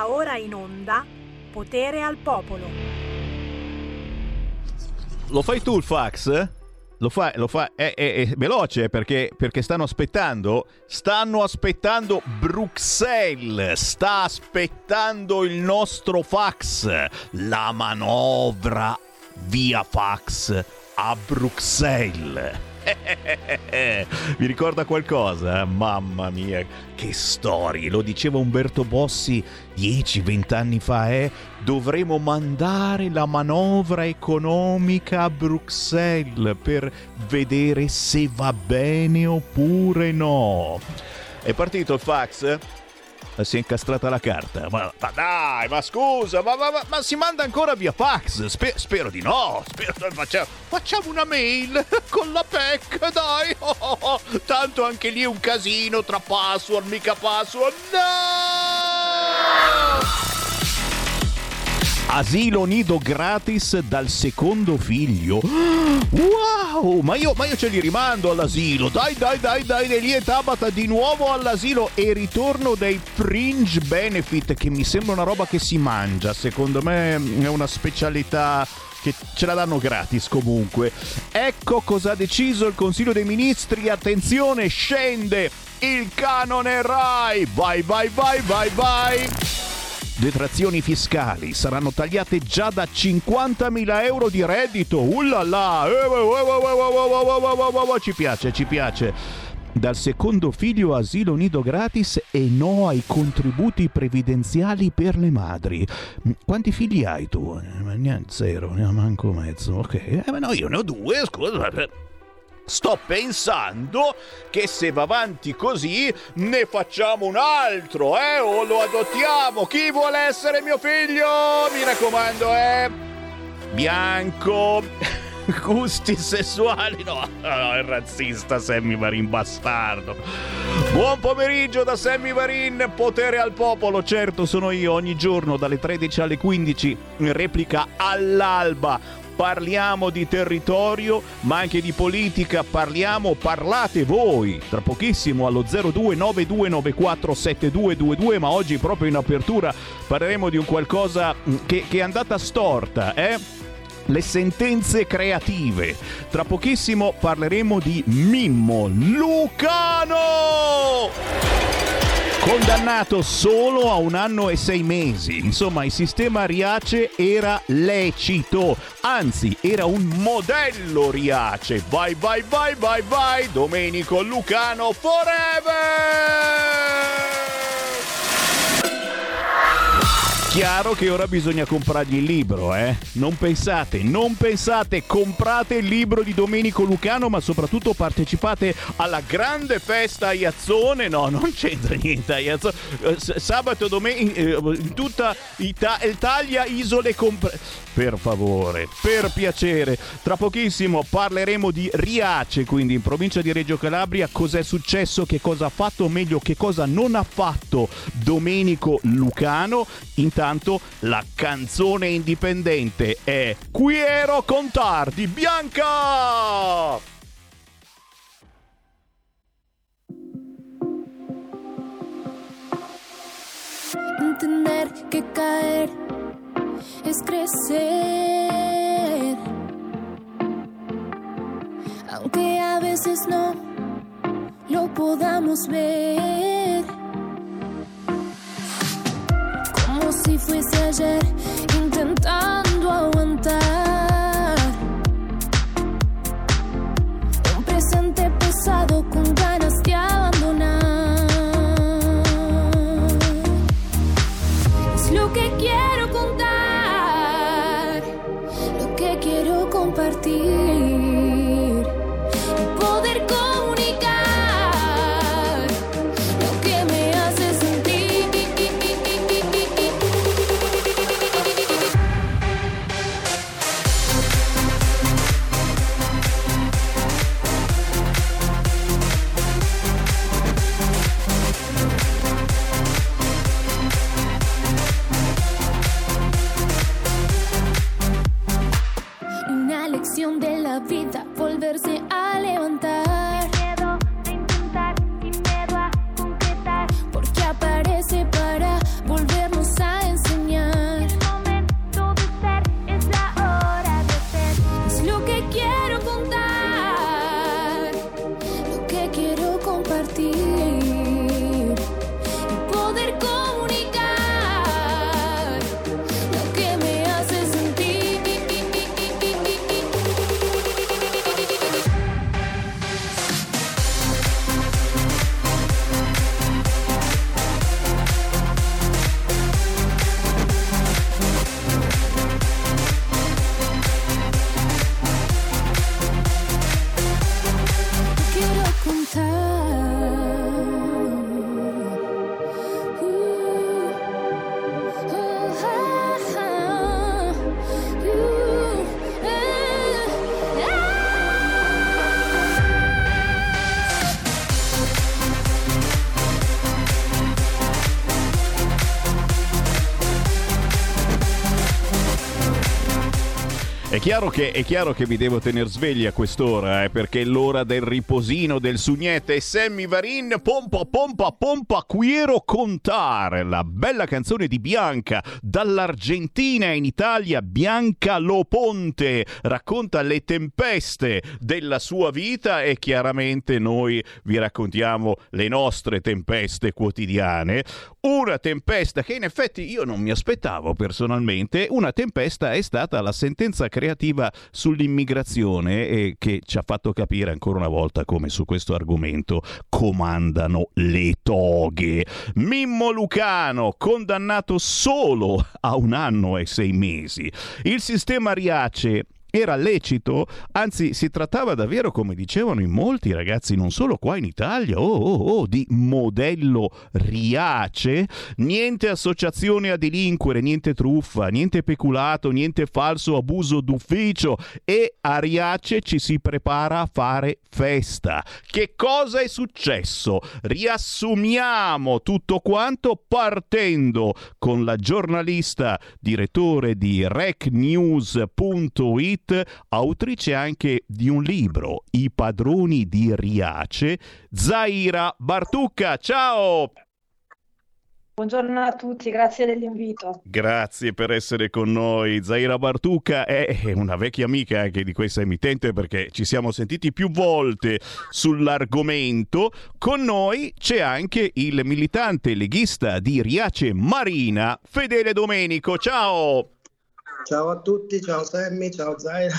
Va ora in onda Potere al Popolo. Lo fai tu il fax? Lo fai, è veloce perché stanno aspettando Bruxelles, sta aspettando il nostro fax, la manovra via fax a Bruxelles. Vi ricorda qualcosa? Mamma mia, che storie! Lo diceva Umberto Bossi 10-20 anni fa, dovremo mandare la manovra economica a Bruxelles per vedere se va bene oppure no. È partito il fax? Si è incastrata la carta. Ma dai, ma scusa, ma si manda ancora via fax? Spero di no. Facciamo una mail con la PEC, dai. Tanto anche lì è un casino tra password, mica password. No! Asilo nido gratis dal secondo figlio. Wow, ma io ce li rimando all'asilo. Dai, Elie Tabata di nuovo all'asilo e ritorno dei fringe benefit, che mi sembra una roba che si mangia. Secondo me è una specialità che ce la danno gratis comunque. Ecco cosa ha deciso il Consiglio dei Ministri. Attenzione, scende il canone Rai. Vai. Detrazioni fiscali saranno tagliate già da 50.000 euro di reddito. Ullala! Ci piace. Dal secondo figlio asilo nido gratis e no ai contributi previdenziali per le madri. Quanti figli hai tu? Niente, zero, ne manco mezzo. Ok, ma no, io ne ho 2, scusa. Sto pensando che se va avanti così ne facciamo un altro, o lo adottiamo. Chi vuole essere mio figlio? Mi raccomando, bianco, gusti sessuali. No, è razzista Sammy Varin, bastardo. Buon pomeriggio da Sammy Varin, Potere al Popolo. Certo, sono io, ogni giorno dalle 13 alle 15, in replica all'alba. Parliamo di territorio, ma anche di politica. Parlate voi. Tra pochissimo allo 0292947222, ma oggi proprio in apertura parleremo di un qualcosa che è andata storta, le sentenze creative. Tra pochissimo parleremo di Mimmo Lucano, condannato solo a 1 anno e 6 mesi. Insomma, il sistema Riace era lecito, anzi era un modello Riace. Vai, Domenico Lucano forever! Chiaro che ora bisogna comprargli il libro, Non pensate, comprate il libro di Domenico Lucano, ma soprattutto partecipate alla grande festa a Iazzone. No, non c'entra niente a Iazzone. Sabato, in tutta Italia, isole per favore, per piacere. Tra pochissimo parleremo di Riace, quindi in provincia di Reggio Calabria, cos'è successo, che cosa ha fatto, o meglio che cosa non ha fatto Domenico Lucano. Intanto la canzone indipendente è Qui ero con tardi, Bianca! Entender que caer es crecer, aunque a veces no lo podamos ver, como si fuese ayer, intentando aguantar un presente pesado con ganas de abandonar. Es lo que quiero contar, lo que quiero compartir y poder comunicar lo que me hace sentir. È chiaro che vi devo tener svegli a quest'ora, perché è l'ora del riposino del Sugnette e Sammy Varin. Pompa, pompa, pompa, quiero contare. La bella canzone di Bianca, dall'Argentina in Italia. Bianca Loponte racconta le tempeste della sua vita e chiaramente noi vi raccontiamo le nostre tempeste quotidiane. Una tempesta che in effetti io non mi aspettavo personalmente. Una tempesta è stata la sentenza creativa sull'immigrazione e che ci ha fatto capire ancora una volta come su questo argomento comandano le toghe. Mimmo Lucano, condannato solo a 1 anno e 6 mesi. Il sistema Riace era lecito, anzi si trattava davvero, come dicevano in molti ragazzi, non solo qua in Italia, di modello Riace. Niente associazione a delinquere, niente truffa, niente peculato, niente falso abuso d'ufficio, e a Riace ci si prepara a fare festa. Che cosa è successo? Riassumiamo tutto quanto partendo con la giornalista, direttore di recnews.it, autrice anche di un libro, I padroni di Riace, Zaira Bartucca. Ciao! Buongiorno a tutti, grazie dell'invito. Grazie per essere con noi. Zaira Bartucca è una vecchia amica anche di questa emittente, perché ci siamo sentiti più volte sull'argomento. Con noi c'è anche il militante leghista di Riace Marina, Fedele Domenico. Ciao! Ciao a tutti, ciao Sammy, ciao Zaira.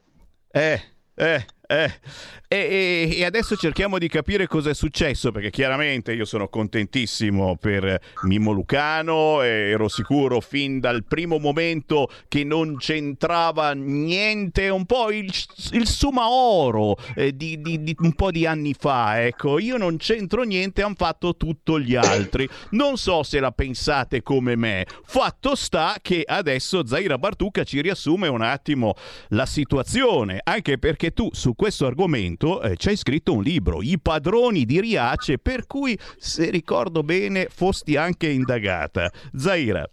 E adesso cerchiamo di capire cosa è successo, perché chiaramente io sono contentissimo per Mimmo Lucano, ero sicuro fin dal primo momento che non c'entrava niente, un po' il Sumaoro di un po' di anni fa, ecco, io non c'entro niente, hanno fatto tutto gli altri. Non so se la pensate come me, fatto sta che adesso Zaira Bartucca ci riassume un attimo la situazione, anche perché tu su questo argomento ci hai scritto un libro, I padroni di Riace, per cui, se ricordo bene, fosti anche indagata. Zaira.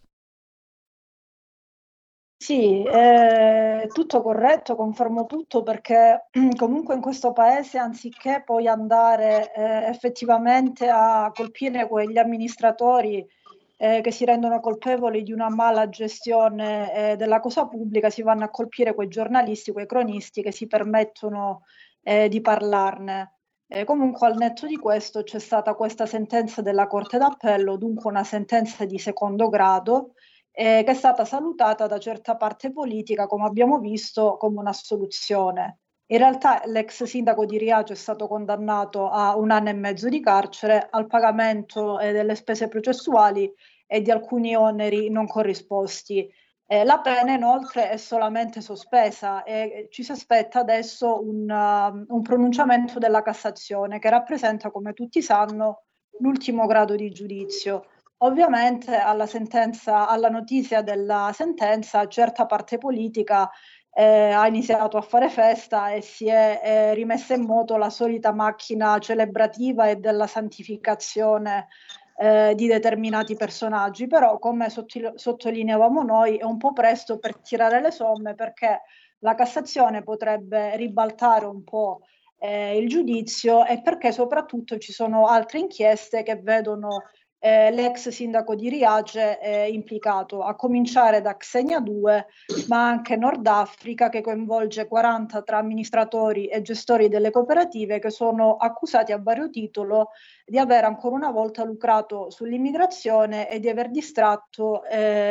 Sì, tutto corretto, confermo tutto, perché comunque in questo paese, anziché poi andare effettivamente a colpire quegli amministratori che si rendono colpevoli di una mala gestione della cosa pubblica, si vanno a colpire quei giornalisti, quei cronisti che si permettono di parlarne. Comunque, al netto di questo, c'è stata questa sentenza della Corte d'Appello, dunque una sentenza di secondo grado, che è stata salutata da certa parte politica, come abbiamo visto, come un'assoluzione. In realtà l'ex sindaco di Riace è stato condannato a 1 anno e mezzo di carcere, al pagamento delle spese processuali e di alcuni oneri non corrisposti. La pena inoltre è solamente sospesa e ci si aspetta adesso un pronunciamento della Cassazione, che rappresenta, come tutti sanno, l'ultimo grado di giudizio. Ovviamente alla notizia della sentenza, certa parte politica ha iniziato a fare festa e si è rimessa in moto la solita macchina celebrativa e della santificazione di determinati personaggi. Però, come sottolineavamo noi, è un po' presto per tirare le somme, perché la Cassazione potrebbe ribaltare un po' il giudizio, e perché soprattutto ci sono altre inchieste che vedono l'ex sindaco di Riace implicato, a cominciare da Xenia 2, ma anche Nord Africa, che coinvolge 40 tra amministratori e gestori delle cooperative, che sono accusati a vario titolo di aver ancora una volta lucrato sull'immigrazione e di aver distratto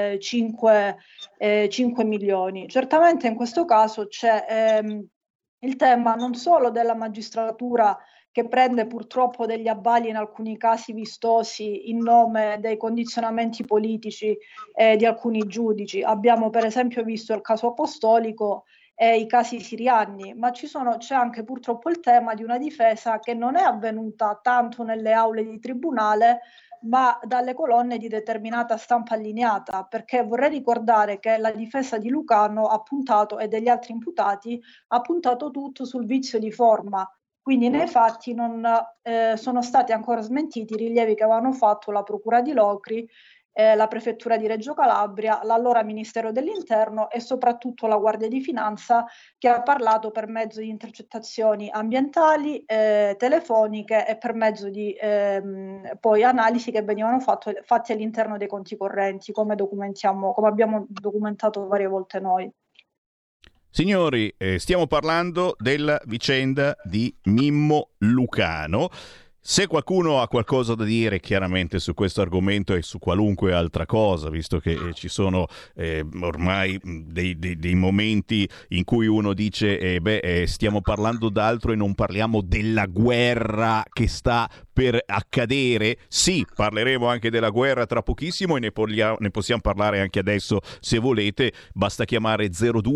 5 milioni. Certamente in questo caso c'è il tema non solo della magistratura, che prende purtroppo degli abbali in alcuni casi vistosi in nome dei condizionamenti politici di alcuni giudici. Abbiamo per esempio visto il caso Apostolico e i casi siriani, ma c'è anche purtroppo il tema di una difesa che non è avvenuta tanto nelle aule di tribunale, ma dalle colonne di determinata stampa allineata, perché vorrei ricordare che la difesa di Lucano ha puntato, e degli altri imputati, ha puntato tutto sul vizio di forma. Quindi nei fatti non sono stati ancora smentiti i rilievi che avevano fatto la Procura di Locri la Prefettura di Reggio Calabria, l'allora Ministero dell'Interno e soprattutto la Guardia di Finanza, che ha parlato per mezzo di intercettazioni ambientali, telefoniche e per mezzo di poi analisi che venivano fatti all'interno dei conti correnti, come abbiamo documentato varie volte noi. Signori, stiamo parlando della vicenda di Mimmo Lucano. Se qualcuno ha qualcosa da dire chiaramente su questo argomento e su qualunque altra cosa, visto che ci sono ormai dei momenti in cui uno dice stiamo parlando d'altro e non parliamo della guerra che sta per accadere. Sì, parleremo anche della guerra tra pochissimo e ne possiamo parlare anche adesso se volete. Basta chiamare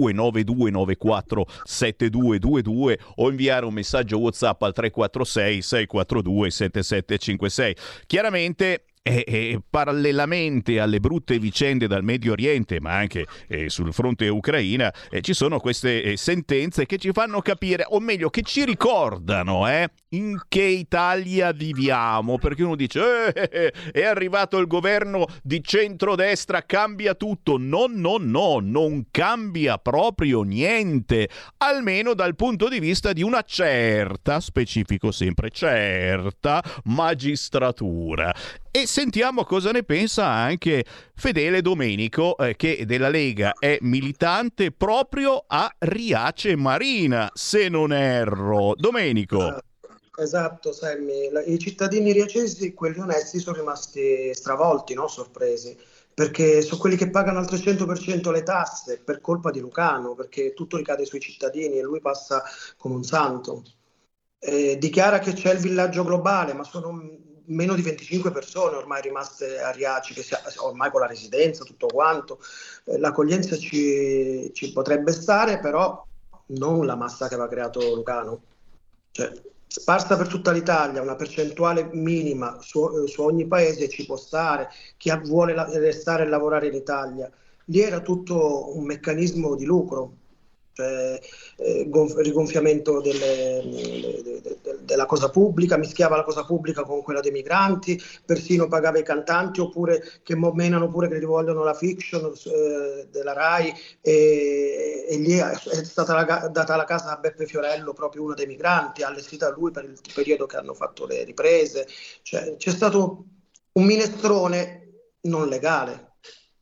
0292947222 o inviare un messaggio WhatsApp al 346 642 7756. Chiaramente parallelamente alle brutte vicende dal Medio Oriente, ma anche sul fronte Ucraina, ci sono queste sentenze che ci fanno capire, o meglio che ci ricordano in che Italia viviamo, perché uno dice è arrivato il governo di centrodestra, cambia tutto. No, non cambia proprio niente, almeno dal punto di vista di una certa, specifico sempre, certa magistratura. E sentiamo cosa ne pensa anche Fedele Domenico, che della Lega è militante proprio a Riace Marina, se non erro. Domenico. Esatto, Sammy. I cittadini riacesi, quelli onesti, sono rimasti stravolti, no? Sorpresi, perché sono quelli che pagano al 300% le tasse per colpa di Lucano, perché tutto ricade sui cittadini e lui passa come un santo. Dichiara che c'è il villaggio globale, ma sono meno di 25 persone ormai rimaste a Riaci, ormai con la residenza, tutto quanto. L'accoglienza ci potrebbe stare, però non la massa che aveva creato Lucano. Cioè, sparsa per tutta l'Italia, una percentuale minima su ogni paese ci può stare. Chi vuole restare e lavorare in Italia. Lì era tutto un meccanismo di lucro. Cioè, rigonfiamento della cosa pubblica, mischiava la cosa pubblica con quella dei migranti, persino pagava i cantanti, oppure che menano pure che vogliono la fiction della Rai, e lì è stata data la casa a Beppe Fiorello, proprio uno dei migranti, allestita a lui per il periodo che hanno fatto le riprese. Cioè, c'è stato un minestrone non legale.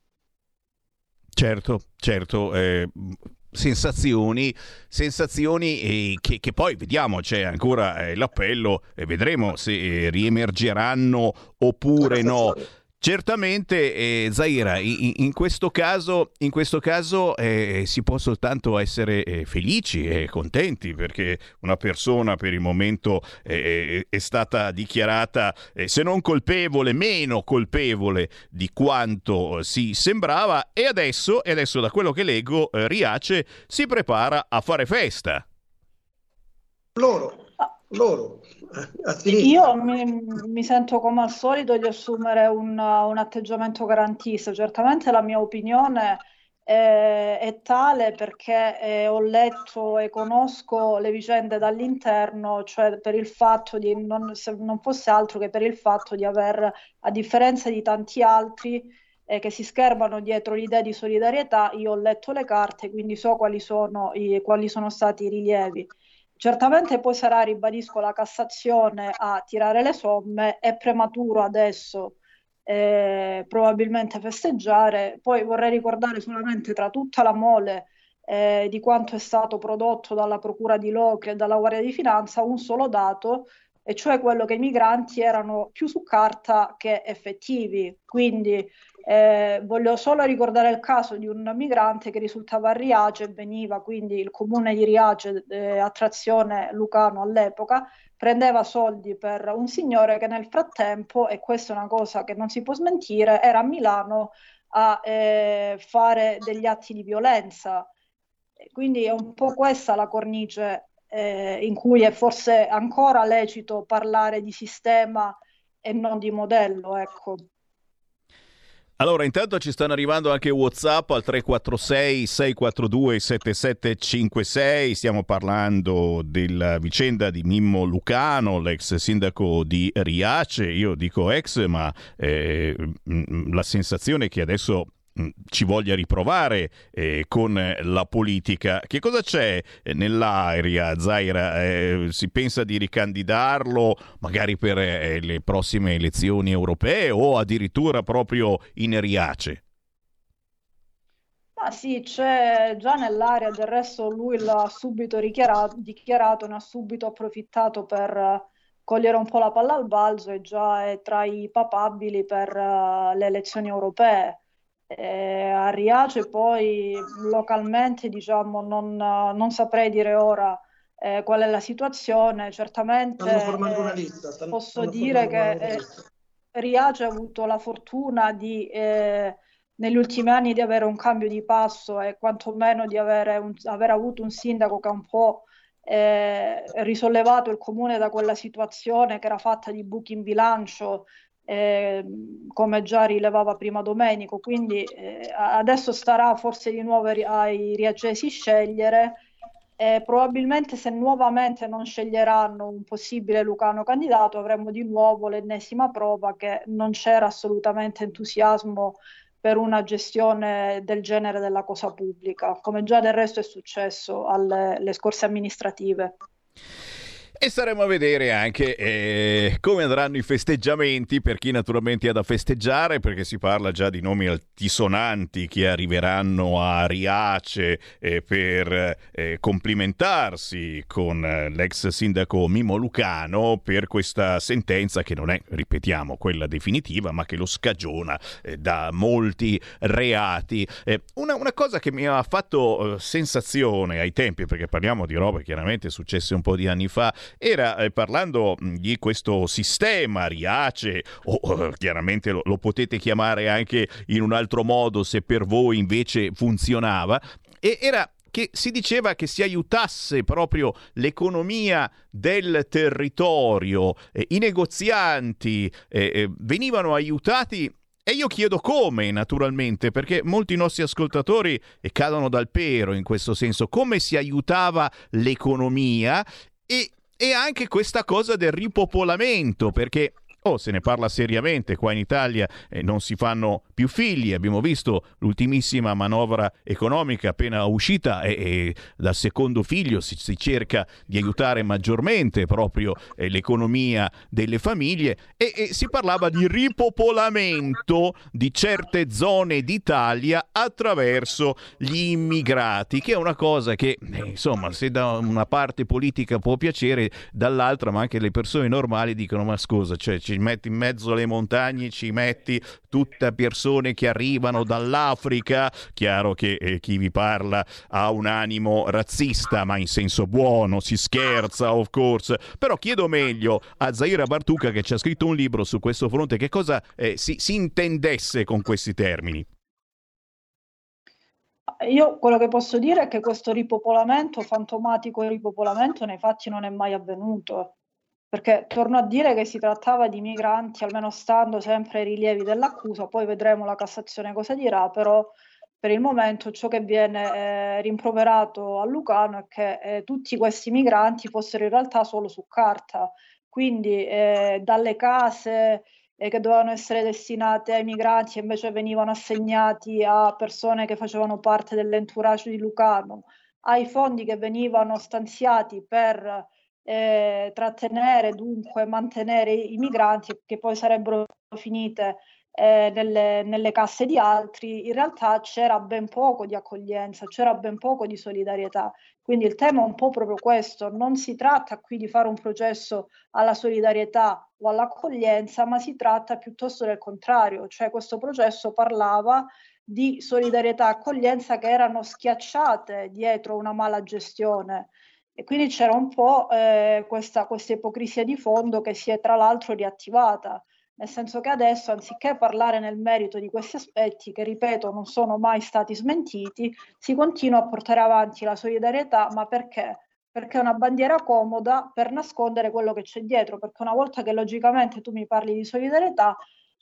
Certo. Sensazioni che poi vediamo, c'è ancora l'appello e vedremo se riemergeranno oppure no. Certamente, Zaira, in questo caso si può soltanto essere felici e contenti, perché una persona per il momento è stata dichiarata, se non colpevole, meno colpevole di quanto si sembrava, e adesso da quello che leggo, Riace si prepara a fare festa. Loro. Io mi sento come al solito di assumere un atteggiamento garantista. Certamente la mia opinione è tale perché ho letto e conosco le vicende dall'interno, cioè per il fatto di se non fosse altro che per il fatto di aver, a differenza di tanti altri che si schermano dietro l'idea di solidarietà, io ho letto le carte, quindi so quali sono stati i rilievi. Certamente poi sarà, ribadisco, la Cassazione a tirare le somme, è prematuro adesso probabilmente festeggiare. Poi vorrei ricordare solamente, tra tutta la mole di quanto è stato prodotto dalla Procura di Locri e dalla Guardia di Finanza, un solo dato, e cioè quello che i migranti erano più su carta che effettivi. Quindi voglio solo ricordare il caso di un migrante che risultava a Riace, veniva quindi il comune di Riace, attrazione Lucano all'epoca, prendeva soldi per un signore che nel frattempo, e questa è una cosa che non si può smentire, era a Milano a fare degli atti di violenza. Quindi è un po' questa la cornice in cui è forse ancora lecito parlare di sistema e non di modello, ecco. Allora, intanto ci stanno arrivando anche WhatsApp al 346-642-7756. Stiamo parlando della vicenda di Mimmo Lucano, l'ex sindaco di Riace. Io dico ex, ma la sensazione è che adesso ci voglia riprovare con la politica. Che cosa c'è nell'aria, Zaira? Si pensa di ricandidarlo magari per le prossime elezioni europee o addirittura proprio in Riace? Ma sì, c'è già nell'area, del resto lui l'ha subito dichiarato, ne ha subito approfittato per cogliere un po' la palla al balzo e già è tra i papabili per le elezioni europee. A Riace poi localmente diciamo non saprei dire ora qual è la situazione, certamente Stanno formando una lista, posso stanno dire formando una che nuova lista. Riace ha avuto la fortuna negli ultimi anni di avere un cambio di passo e quantomeno di aver avuto un sindaco che ha un po' risollevato il comune da quella situazione che era fatta di buchi in bilancio, come già rilevava prima Domenico. Quindi adesso starà forse di nuovo ai riacesi scegliere. Probabilmente se nuovamente non sceglieranno un possibile Lucano candidato avremo di nuovo l'ennesima prova che non c'era assolutamente entusiasmo per una gestione del genere della cosa pubblica, come già del resto è successo alle scorse amministrative. E staremo a vedere anche come andranno i festeggiamenti per chi naturalmente ha da festeggiare, perché si parla già di nomi altisonanti che arriveranno a Riace per complimentarsi con l'ex sindaco Mimmo Lucano per questa sentenza che non è, ripetiamo, quella definitiva, ma che lo scagiona da molti reati. Una cosa che mi ha fatto sensazione ai tempi, perché parliamo di robe chiaramente successe un po' di anni fa, era parlando di questo sistema Riace, o chiaramente lo potete chiamare anche in un altro modo se per voi invece funzionava, e era che si diceva che si aiutasse proprio l'economia del territorio, i negozianti venivano aiutati. E io chiedo come, naturalmente, perché molti nostri ascoltatori cadono dal pero in questo senso. Come si aiutava l'economia e anche questa cosa del ripopolamento, perché se ne parla seriamente qua in Italia, non si fanno più figli. Abbiamo visto l'ultimissima manovra economica appena uscita e dal secondo figlio si cerca di aiutare maggiormente proprio l'economia delle famiglie e si parlava di ripopolamento di certe zone d'Italia attraverso gli immigrati, che è una cosa che insomma, se da una parte politica può piacere, dall'altra ma anche le persone normali dicono: ma scusa, cioè ci metti in mezzo alle montagne, ci metti tutte persone che arrivano dall'Africa. Chiaro che chi vi parla ha un animo razzista, ma in senso buono, si scherza, of course. Però chiedo meglio a Zaira Bartuca, che ci ha scritto un libro su questo fronte, che cosa si intendesse con questi termini. Io quello che posso dire è che questo ripopolamento, fantomatico ripopolamento, nei fatti non è mai avvenuto. Perché torno a dire che si trattava di migranti, almeno stando sempre ai rilievi dell'accusa, poi vedremo la Cassazione cosa dirà, però per il momento ciò che viene rimproverato a Lucano è che tutti questi migranti fossero in realtà solo su carta, quindi dalle case che dovevano essere destinate ai migranti e invece venivano assegnati a persone che facevano parte dell'entourage di Lucano, ai fondi che venivano stanziati per trattenere, dunque mantenere i migranti che poi sarebbero finite nelle casse di altri. In realtà c'era ben poco di accoglienza, c'era ben poco di solidarietà. Quindi il tema è un po' proprio questo: non si tratta qui di fare un processo alla solidarietà o all'accoglienza, ma si tratta piuttosto del contrario, cioè questo processo parlava di solidarietà e accoglienza che erano schiacciate dietro una mala gestione. E quindi c'era un po' questa ipocrisia di fondo che si è tra l'altro riattivata, nel senso che adesso, anziché parlare nel merito di questi aspetti, che ripeto non sono mai stati smentiti, si continua a portare avanti la solidarietà. Ma perché? Perché è una bandiera comoda per nascondere quello che c'è dietro, perché una volta che logicamente tu mi parli di solidarietà,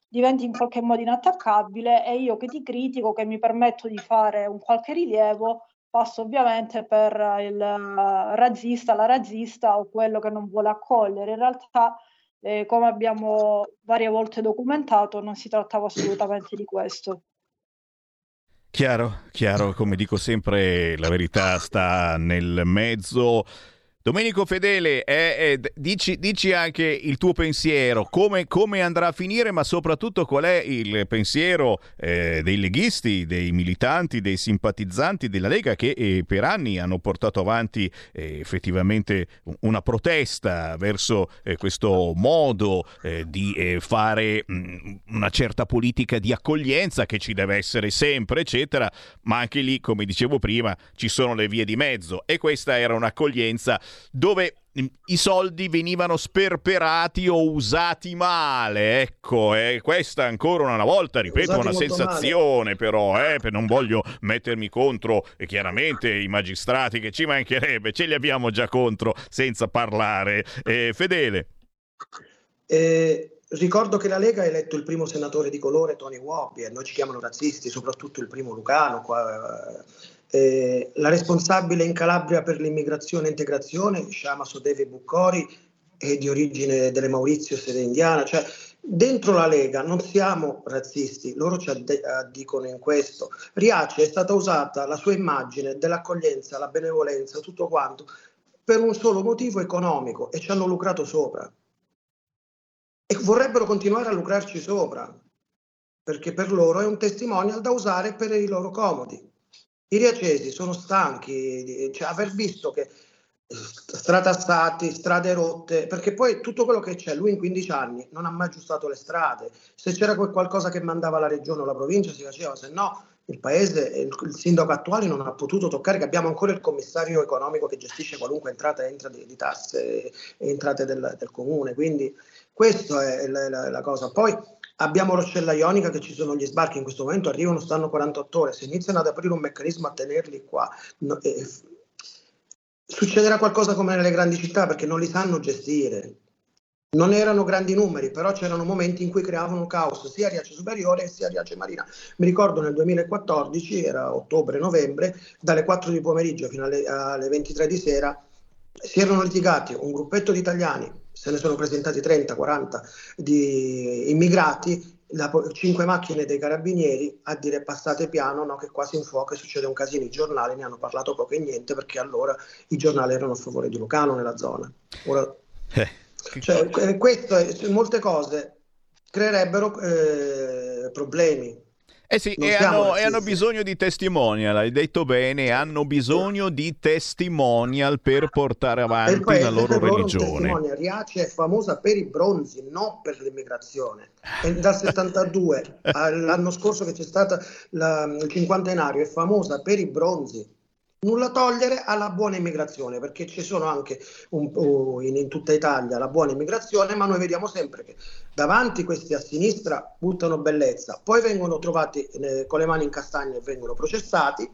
diventi in qualche modo inattaccabile, e io che ti critico, che mi permetto di fare un qualche rilievo, passo ovviamente per il razzista, la razzista o quello che non vuole accogliere. In realtà, come abbiamo varie volte documentato, non si trattava assolutamente di questo. Chiaro, chiaro, come dico sempre, la verità sta nel mezzo. Domenico Fedele, dici anche il tuo pensiero, come andrà a finire, ma soprattutto qual è il pensiero dei leghisti, dei militanti, dei simpatizzanti della Lega che per anni hanno portato avanti effettivamente una protesta verso questo modo di fare una certa politica di accoglienza che ci deve essere sempre, eccetera, ma anche lì, come dicevo prima, ci sono le vie di mezzo, e questa era un'accoglienza dove i soldi venivano sperperati o usati male, ecco, questa ancora una volta, ripeto, è una sensazione, però, non voglio mettermi contro chiaramente i magistrati, che ci mancherebbe, ce li abbiamo già contro senza parlare. Fedele. Ricordo che la Lega ha eletto il primo senatore di colore, Tony Wobby, e noi ci chiamano razzisti, soprattutto il primo lucano. La responsabile in Calabria per l'immigrazione e integrazione, Shama Sodevi Buccori, è di origine delle Mauritius ed è indiana. Cioè, dentro la Lega non siamo razzisti, loro ci addicono in questo. Riace è stata usata la sua immagine dell'accoglienza, la benevolenza, tutto quanto, per un solo motivo economico, e ci hanno lucrato sopra. E vorrebbero continuare a lucrarci sopra, perché per loro è un testimonial da usare per i loro comodi. I riacesi sono stanchi, cioè, aver visto che stratassati, strade rotte, perché poi tutto quello che c'è, lui in 15 anni non ha mai aggiustato le strade. Se c'era qualcosa che mandava la regione o la provincia si faceva, se no il paese, il sindaco attuale non ha potuto toccare, che abbiamo ancora il commissario economico che gestisce qualunque entrata e entra di tasse e entrate del comune, quindi questa è la cosa. Poi abbiamo Roccella Ionica, che ci sono gli sbarchi in questo momento, arrivano, stanno 48 ore, se iniziano ad aprire un meccanismo a tenerli qua, succederà qualcosa come nelle grandi città, perché non li sanno gestire. Non erano grandi numeri, però c'erano momenti in cui creavano un caos sia a Riace Superiore sia a Riace Marina. Mi ricordo nel 2014, era ottobre-novembre, dalle 4 di pomeriggio fino alle 23 di sera, si erano litigati un gruppetto di italiani, se ne sono presentati 30-40 di immigrati, 5 macchine dei carabinieri a dire passate piano, no, che qua si infuoca e succede un casino. I giornali ne hanno parlato poco e niente, perché allora i giornali erano a favore di Lucano nella zona. Ora, cioè, questo, molte cose creerebbero problemi. Sì, e hanno bisogno di testimonial, hai detto bene, hanno bisogno di testimonial per portare avanti la loro religione. Riace è famosa per i bronzi, non per l'immigrazione. E dal 72 all'anno scorso che c'è stato il cinquantenario, è famosa per i bronzi. Nulla togliere alla buona immigrazione, perché ci sono anche in tutta Italia la buona immigrazione, ma noi vediamo sempre che davanti questi a sinistra buttano bellezza, poi vengono trovati con le mani in castagna e vengono processati.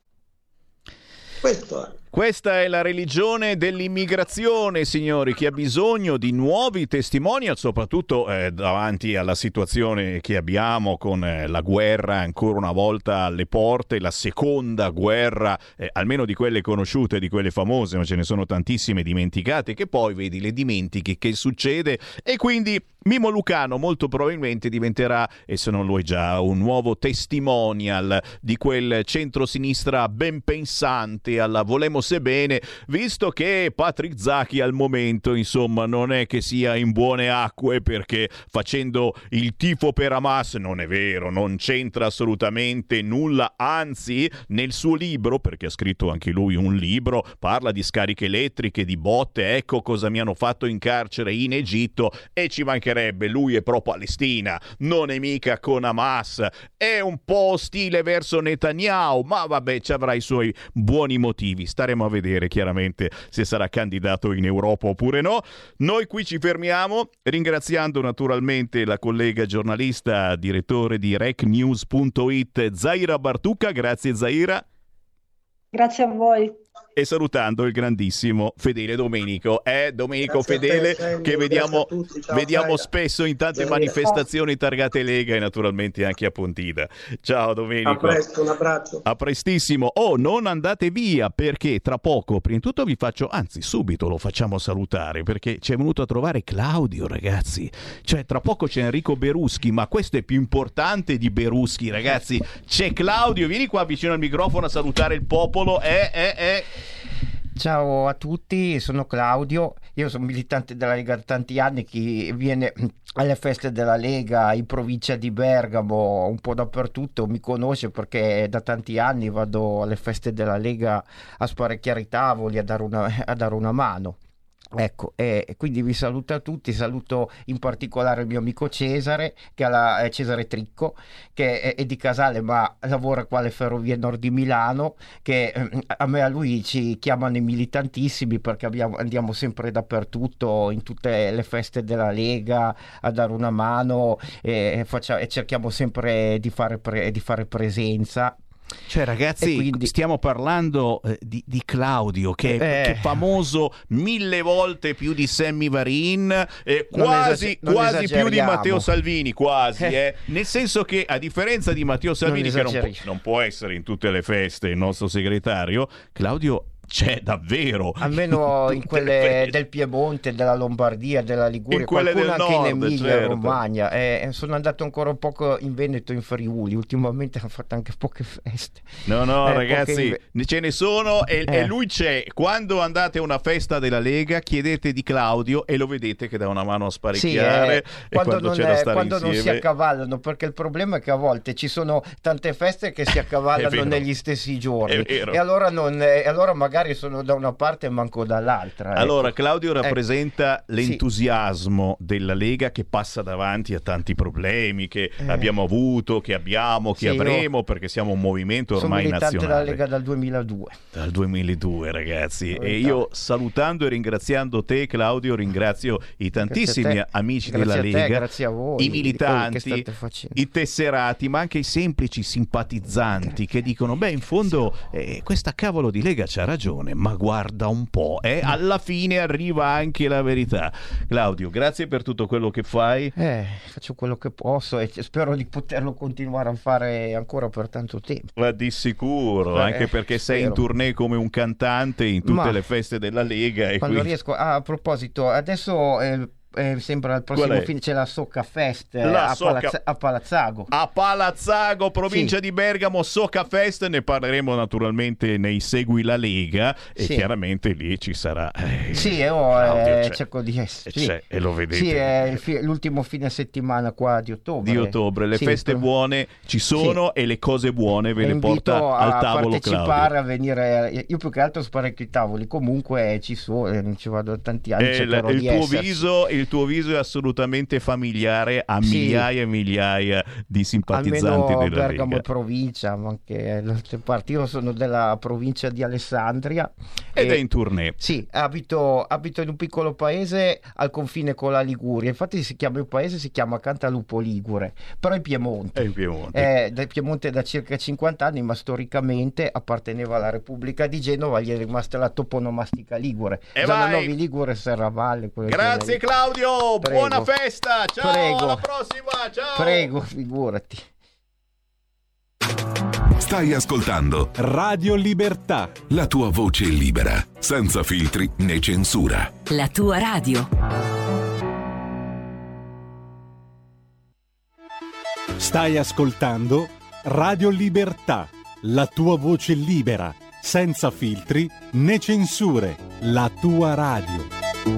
Questo è. Questa è la religione dell'immigrazione, signori, che ha bisogno di nuovi testimonial, soprattutto davanti alla situazione che abbiamo con la guerra ancora una volta alle porte, la seconda guerra, almeno di quelle conosciute, di quelle famose, ma ce ne sono tantissime dimenticate, che poi vedi le dimentichi che succede, e quindi Mimo Lucano molto probabilmente diventerà, e se non lo è già, un nuovo testimonial di quel centrosinistra ben pensante alla volemo sebbene, visto che Patrick Zaki al momento, insomma, non è che sia in buone acque, perché facendo il tifo per Hamas, non è vero, non c'entra assolutamente nulla, anzi nel suo libro, perché ha scritto anche lui un libro, parla di scariche elettriche, di botte, ecco cosa mi hanno fatto in carcere in Egitto, e ci mancherebbe, lui è pro-Palestina, non è mica con Hamas, è un po' ostile verso Netanyahu, ma vabbè, ci avrà i suoi buoni motivi, staremo a vedere chiaramente se sarà candidato in Europa oppure no. Noi qui ci fermiamo, ringraziando naturalmente la collega giornalista, direttore di recnews.it, Zaira Bartucca. Grazie Zaira. Grazie a voi. E salutando il grandissimo Fedele Domenico. Domenico Grazie a te, Fedele, Sammy, che grazie vediamo, a tutti. Ciao, vediamo Saida. spesso in tante Grazie. manifestazioni targate Lega e naturalmente anche a Pontida. Ciao Domenico. A presto, un abbraccio. A prestissimo. Oh, non andate via, perché tra poco, prima di tutto vi faccio, anzi subito lo facciamo salutare, perché ci è venuto a trovare Claudio, ragazzi. Cioè, tra poco c'è Enrico Beruschi, ma questo è più importante di Beruschi, ragazzi. C'è Claudio, vieni qua vicino al microfono a salutare il popolo. Ciao a tutti, sono Claudio, io sono militante della Lega da tanti anni. Chi viene alle feste della Lega in provincia di Bergamo, un po' dappertutto, mi conosce perché da tanti anni vado alle feste della Lega a sparecchiare i tavoli, a dare una mano. Ecco, e quindi vi saluto a tutti, saluto in particolare il mio amico Cesare, Cesare Tricco, che è di Casale ma lavora qua alle Ferrovie Nord di Milano, che a me e a lui ci chiamano i militantissimi perché andiamo sempre dappertutto, in tutte le feste della Lega, a dare una mano e cerchiamo sempre di fare presenza. Cioè ragazzi, quindi stiamo parlando di Claudio che è famoso 1000 volte più di Sammy Varin, quasi più di Matteo Salvini, quasi nel senso che, a differenza di Matteo Salvini, che non può essere in tutte le feste il nostro segretario, Claudio c'è davvero, almeno in quelle del Piemonte, della Lombardia, della Liguria, qualcuno anche in Emilia, certo. Romagna. Sono andato ancora un poco in Veneto, in Friuli, ultimamente hanno fatto anche poche feste. No ragazzi, ce ne sono e lui c'è. Quando andate a una festa della Lega, chiedete di Claudio e lo vedete che dà una mano a sparecchiare. Quando non si accavallano, perché il problema è che a volte ci sono tante feste che si accavallano negli stessi giorni, e allora magari sono da una parte e manco dall'altra. Allora Claudio rappresenta l'entusiasmo della Lega, che passa davanti a tanti problemi che abbiamo avuto, che avremo, perché siamo un movimento ormai nazionale. Sono militante della Lega dal 2002. Dal 2002, ragazzi. E io, salutando e ringraziando te, Claudio, ringrazio i tantissimi amici della Lega, grazie a voi, i militanti, i tesserati, ma anche i semplici simpatizzanti che dicono: beh, in fondo questa cavolo di Lega c'ha ragione, ma guarda un po', alla fine arriva anche la verità. Claudio, grazie per tutto quello che fai. Faccio quello che posso e spero di poterlo continuare a fare ancora per tanto tempo. Ma di sicuro, anche perché sei in tournée come un cantante in tutte le feste della Lega. E quando riesco. A proposito, adesso sembra il prossimo fine c'è la Socca Fest a Palazzago. A Palazzago, provincia di Bergamo, Socca Fest, ne parleremo naturalmente nei Segui la Lega e chiaramente lì ci sarà cerco di essere e lo vedete. Sì, è l'ultimo fine settimana qua di ottobre. Le feste buone ci sono e le cose buone ve le porta al tavolo Claudio. A venire, io più che altro sparecchio i tavoli, comunque ci sono, non ci vado da tanti anni, il tuo viso è assolutamente familiare a migliaia e migliaia di simpatizzanti almeno della Bergamo Lega. E provincia, ma anche le altre parti. Io sono della provincia di Alessandria ed è in tournée. Sì, abito in un piccolo paese al confine con la Liguria. Infatti il paese si chiama Cantalupo Ligure, però è Piemonte. È in Piemonte. Del Piemonte da circa 50 anni, ma storicamente apparteneva alla Repubblica di Genova, gli è rimasta la toponomastica ligure. Novi Ligure, Serravalle. Grazie Claudio, buona festa, ciao, alla prossima, ciao. Prego, figurati. Stai ascoltando Radio Libertà, la tua voce libera, senza filtri né censura. La tua radio. Stai ascoltando Radio Libertà, la tua voce libera, senza filtri né censure. La tua radio.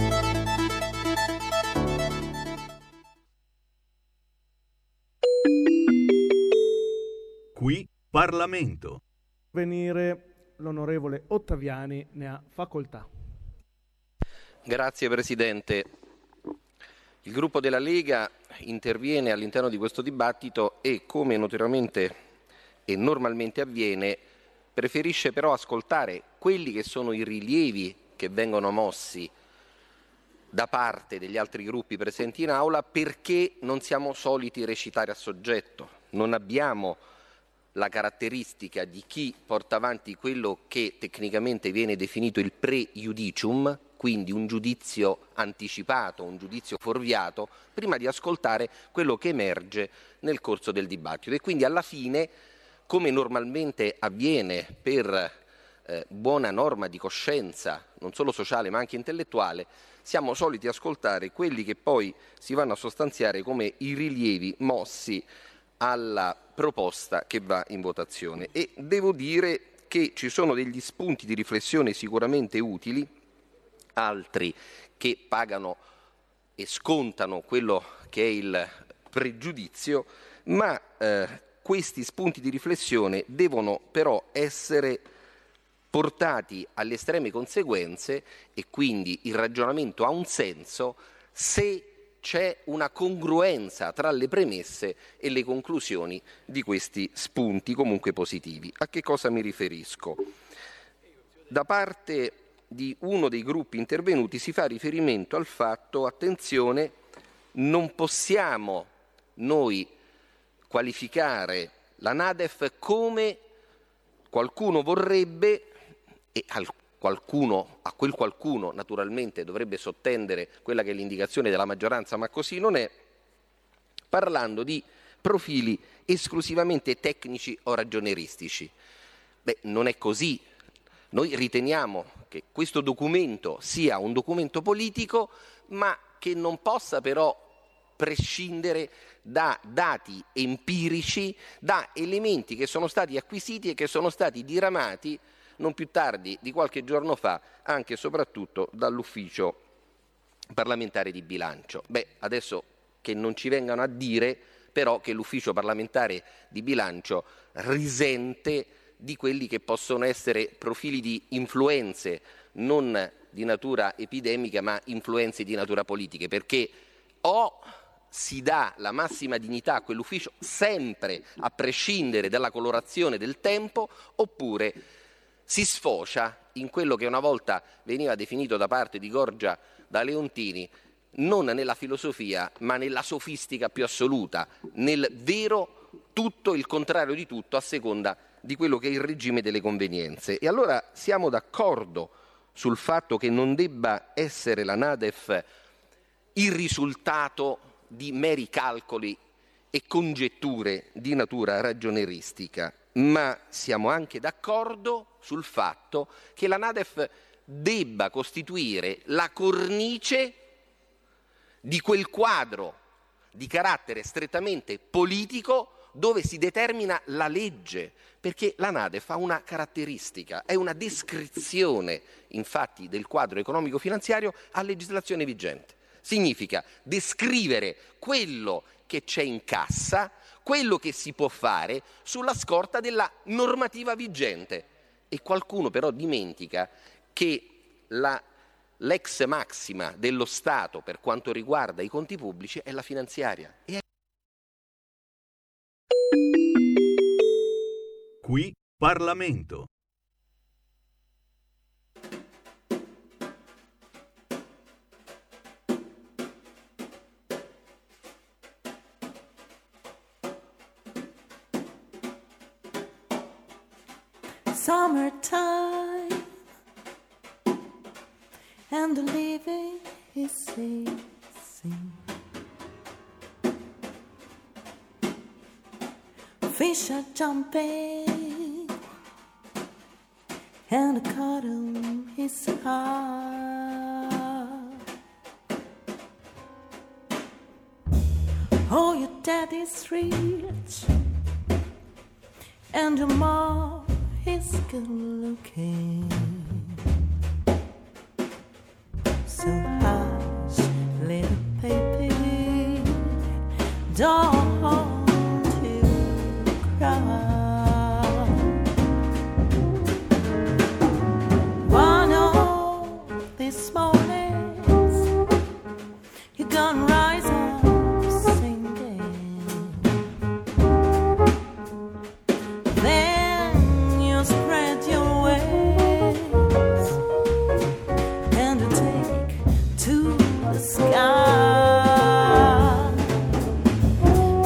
Qui Parlamento. Venire l'onorevole Ottaviani, ne ha facoltà. Grazie Presidente. Il gruppo della Lega interviene all'interno di questo dibattito e, come notoriamente e normalmente avviene, preferisce però ascoltare quelli che sono i rilievi che vengono mossi da parte degli altri gruppi presenti in aula, perché non siamo soliti recitare a soggetto, non abbiamo la caratteristica di chi porta avanti quello che tecnicamente viene definito il pre-judicium, quindi un giudizio anticipato, un giudizio fuorviato, prima di ascoltare quello che emerge nel corso del dibattito. E quindi alla fine, come normalmente avviene per buona norma di coscienza, non solo sociale ma anche intellettuale, siamo soliti ascoltare quelli che poi si vanno a sostanziare come i rilievi mossi alla proposta che va in votazione. E devo dire che ci sono degli spunti di riflessione sicuramente utili, altri che pagano e scontano quello che è il pregiudizio, ma questi spunti di riflessione devono però essere portati alle estreme conseguenze, e quindi il ragionamento ha un senso se c'è una congruenza tra le premesse e le conclusioni di questi spunti comunque positivi. A che cosa mi riferisco? Da parte di uno dei gruppi intervenuti si fa riferimento al fatto, attenzione, non possiamo noi qualificare la NADEF come qualcuno vorrebbe, e a quel qualcuno naturalmente dovrebbe sottendere quella che è l'indicazione della maggioranza, ma così non è, parlando di profili esclusivamente tecnici o ragionieristici. Non è così. Noi riteniamo che questo documento sia un documento politico, ma che non possa però prescindere da dati empirici, da elementi che sono stati acquisiti e che sono stati diramati non più tardi di qualche giorno fa anche e soprattutto dall'ufficio parlamentare di bilancio. Adesso che non ci vengano a dire però che l'ufficio parlamentare di bilancio risente di quelli che possono essere profili di influenze non di natura epidemica ma influenze di natura politica, perché o si dà la massima dignità a quell'ufficio sempre a prescindere dalla colorazione del tempo, oppure si sfocia in quello che una volta veniva definito da parte di Gorgia da Leontini non nella filosofia ma nella sofistica più assoluta, nel vero tutto, il contrario di tutto, a seconda di quello che è il regime delle convenienze. E allora siamo d'accordo sul fatto che non debba essere la NADEF il risultato di meri calcoli e congetture di natura ragionieristica, ma siamo anche d'accordo sul fatto che la NADEF debba costituire la cornice di quel quadro di carattere strettamente politico dove si determina la legge, perché la NADEF ha una caratteristica, è una descrizione infatti del quadro economico-finanziario a legislazione vigente. Significa descrivere quello che c'è in cassa, quello che si può fare sulla scorta della normativa vigente. E qualcuno però dimentica che l'ex maxima dello Stato per quanto riguarda i conti pubblici è la finanziaria. Qui Parlamento. Summertime and the living is easy. Fish are jumping and the cotton is high. Oh, your daddy's rich and your mom is good looking. So hush, little baby, don't you cry. One of these mornings you're gonna rise up singing. Then you spread your wings and you take to the sky.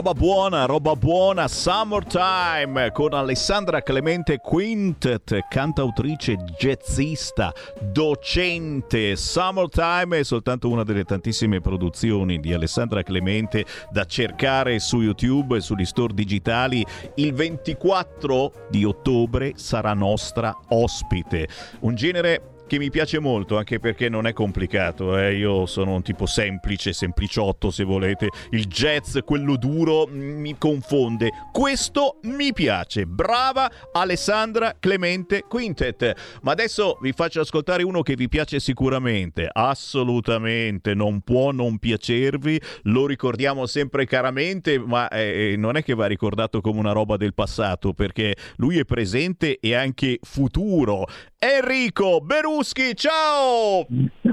Roba buona, Summertime con Alessandra Clemente Quintet, cantautrice, jazzista, docente. Summertime è soltanto una delle tantissime produzioni di Alessandra Clemente da cercare su YouTube e sugli store digitali. Il 24 di ottobre sarà nostra ospite. Un genere che mi piace molto, anche perché non è complicato, io sono un tipo semplice, sempliciotto se volete. Il jazz, quello duro, mi confonde. Questo mi piace. Brava Alessandra Clemente Quintet. Ma adesso vi faccio ascoltare uno che vi piace sicuramente, assolutamente, non può non piacervi, lo ricordiamo sempre caramente, ma non è che va ricordato come una roba del passato, perché lui è presente e anche futuro. Enrico Beruschi, ciao!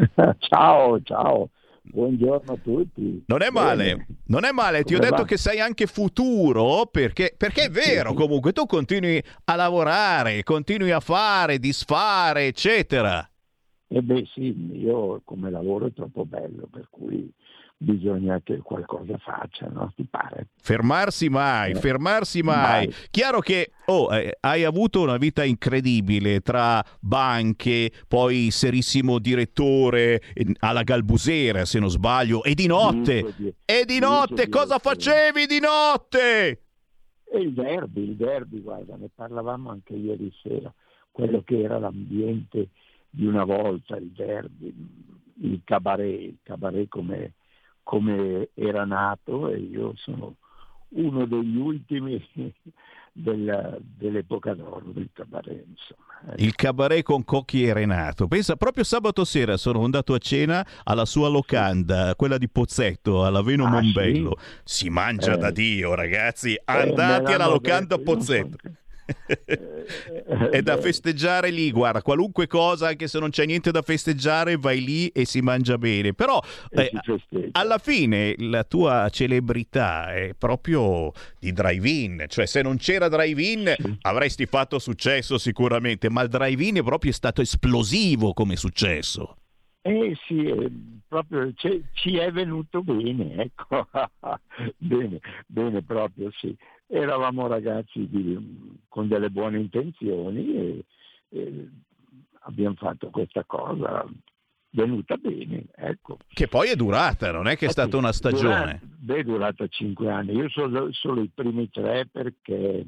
Ciao, buongiorno a tutti. Non è male, ti ho detto che sei anche futuro, perché è vero, comunque tu continui a lavorare, continui a fare, disfare, eccetera. Sì, io come lavoro è troppo bello, per cui bisogna che qualcosa faccia, no? Ti pare? Fermarsi mai. Chiaro che hai avuto una vita incredibile tra banche, poi serissimo direttore alla Galbusera, se non sbaglio, e di notte. Cosa facevi di notte? E il derby, guarda, ne parlavamo anche ieri sera, quello che era l'ambiente di una volta, il derby, il cabaret come era nato, e io sono uno degli ultimi dell'epoca d'oro del cabaret, insomma. Il cabaret con Cocchi e Renato. Pensa, proprio sabato sera sono andato a cena alla sua locanda, quella di Pozzetto, alla Veno Mombello. Sì? Si mangia da Dio, ragazzi. Andate alla locanda Pozzetto. È da festeggiare lì, guarda, qualunque cosa, anche se non c'è niente da festeggiare, vai lì e si mangia bene. Però alla fine la tua celebrità è proprio di drive-in, cioè se non c'era drive-in avresti fatto successo sicuramente, ma il drive-in è proprio stato esplosivo come successo. Sì, proprio ci è venuto bene, ecco. bene proprio, sì. Eravamo ragazzi con delle buone intenzioni e abbiamo fatto questa cosa, venuta bene, ecco. Che poi è durata, non è che è stata una stagione. È durata 5 anni, io solo i primi 3 perché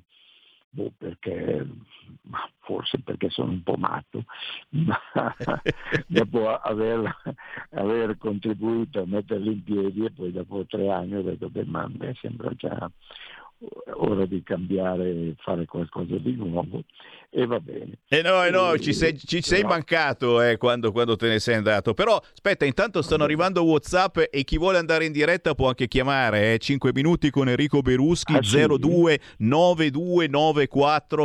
forse perché sono un po' matto, ma dopo aver contribuito a metterli in piedi, e poi dopo 3 anni ho detto che a me sembra già ora di cambiare, fare qualcosa di nuovo, e va bene. Ci sei mancato quando te ne sei andato. Però aspetta, intanto stanno arrivando WhatsApp e chi vuole andare in diretta può anche chiamare 5 minuti con Enrico Beruschi, 02 9294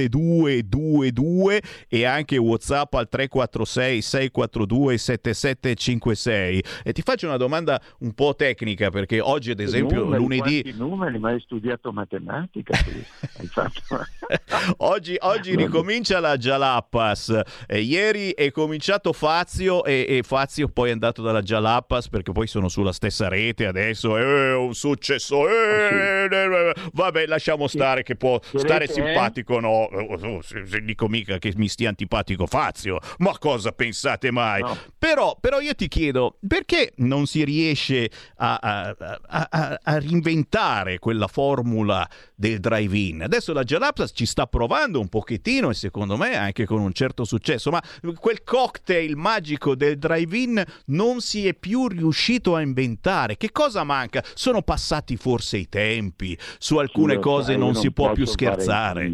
7222, e anche WhatsApp al 346 642 7756. E ti faccio una domanda un po' tecnica, perché oggi ad esempio lunedì... Quanti numeri, ma hai studiato matematica? Oggi ricomincia la Jalapas, ieri è cominciato Fazio e Fazio poi è andato dalla Jalapas, perché poi sono sulla stessa rete adesso, è un successo, vabbè, lasciamo stare, che può stare simpatico, no? Se dico mica che mi stia antipatico Fazio, ma cosa pensate mai? No. Però io ti chiedo, perché non si riesce a reinventare quella formula del drive-in? Adesso la Jalapas ci sta provando un pochettino, e secondo me anche con un certo successo, ma quel cocktail magico del drive-in non si è più riuscito a inventare. Che cosa manca? Sono passati forse i tempi, su alcune cose non si può più scherzare.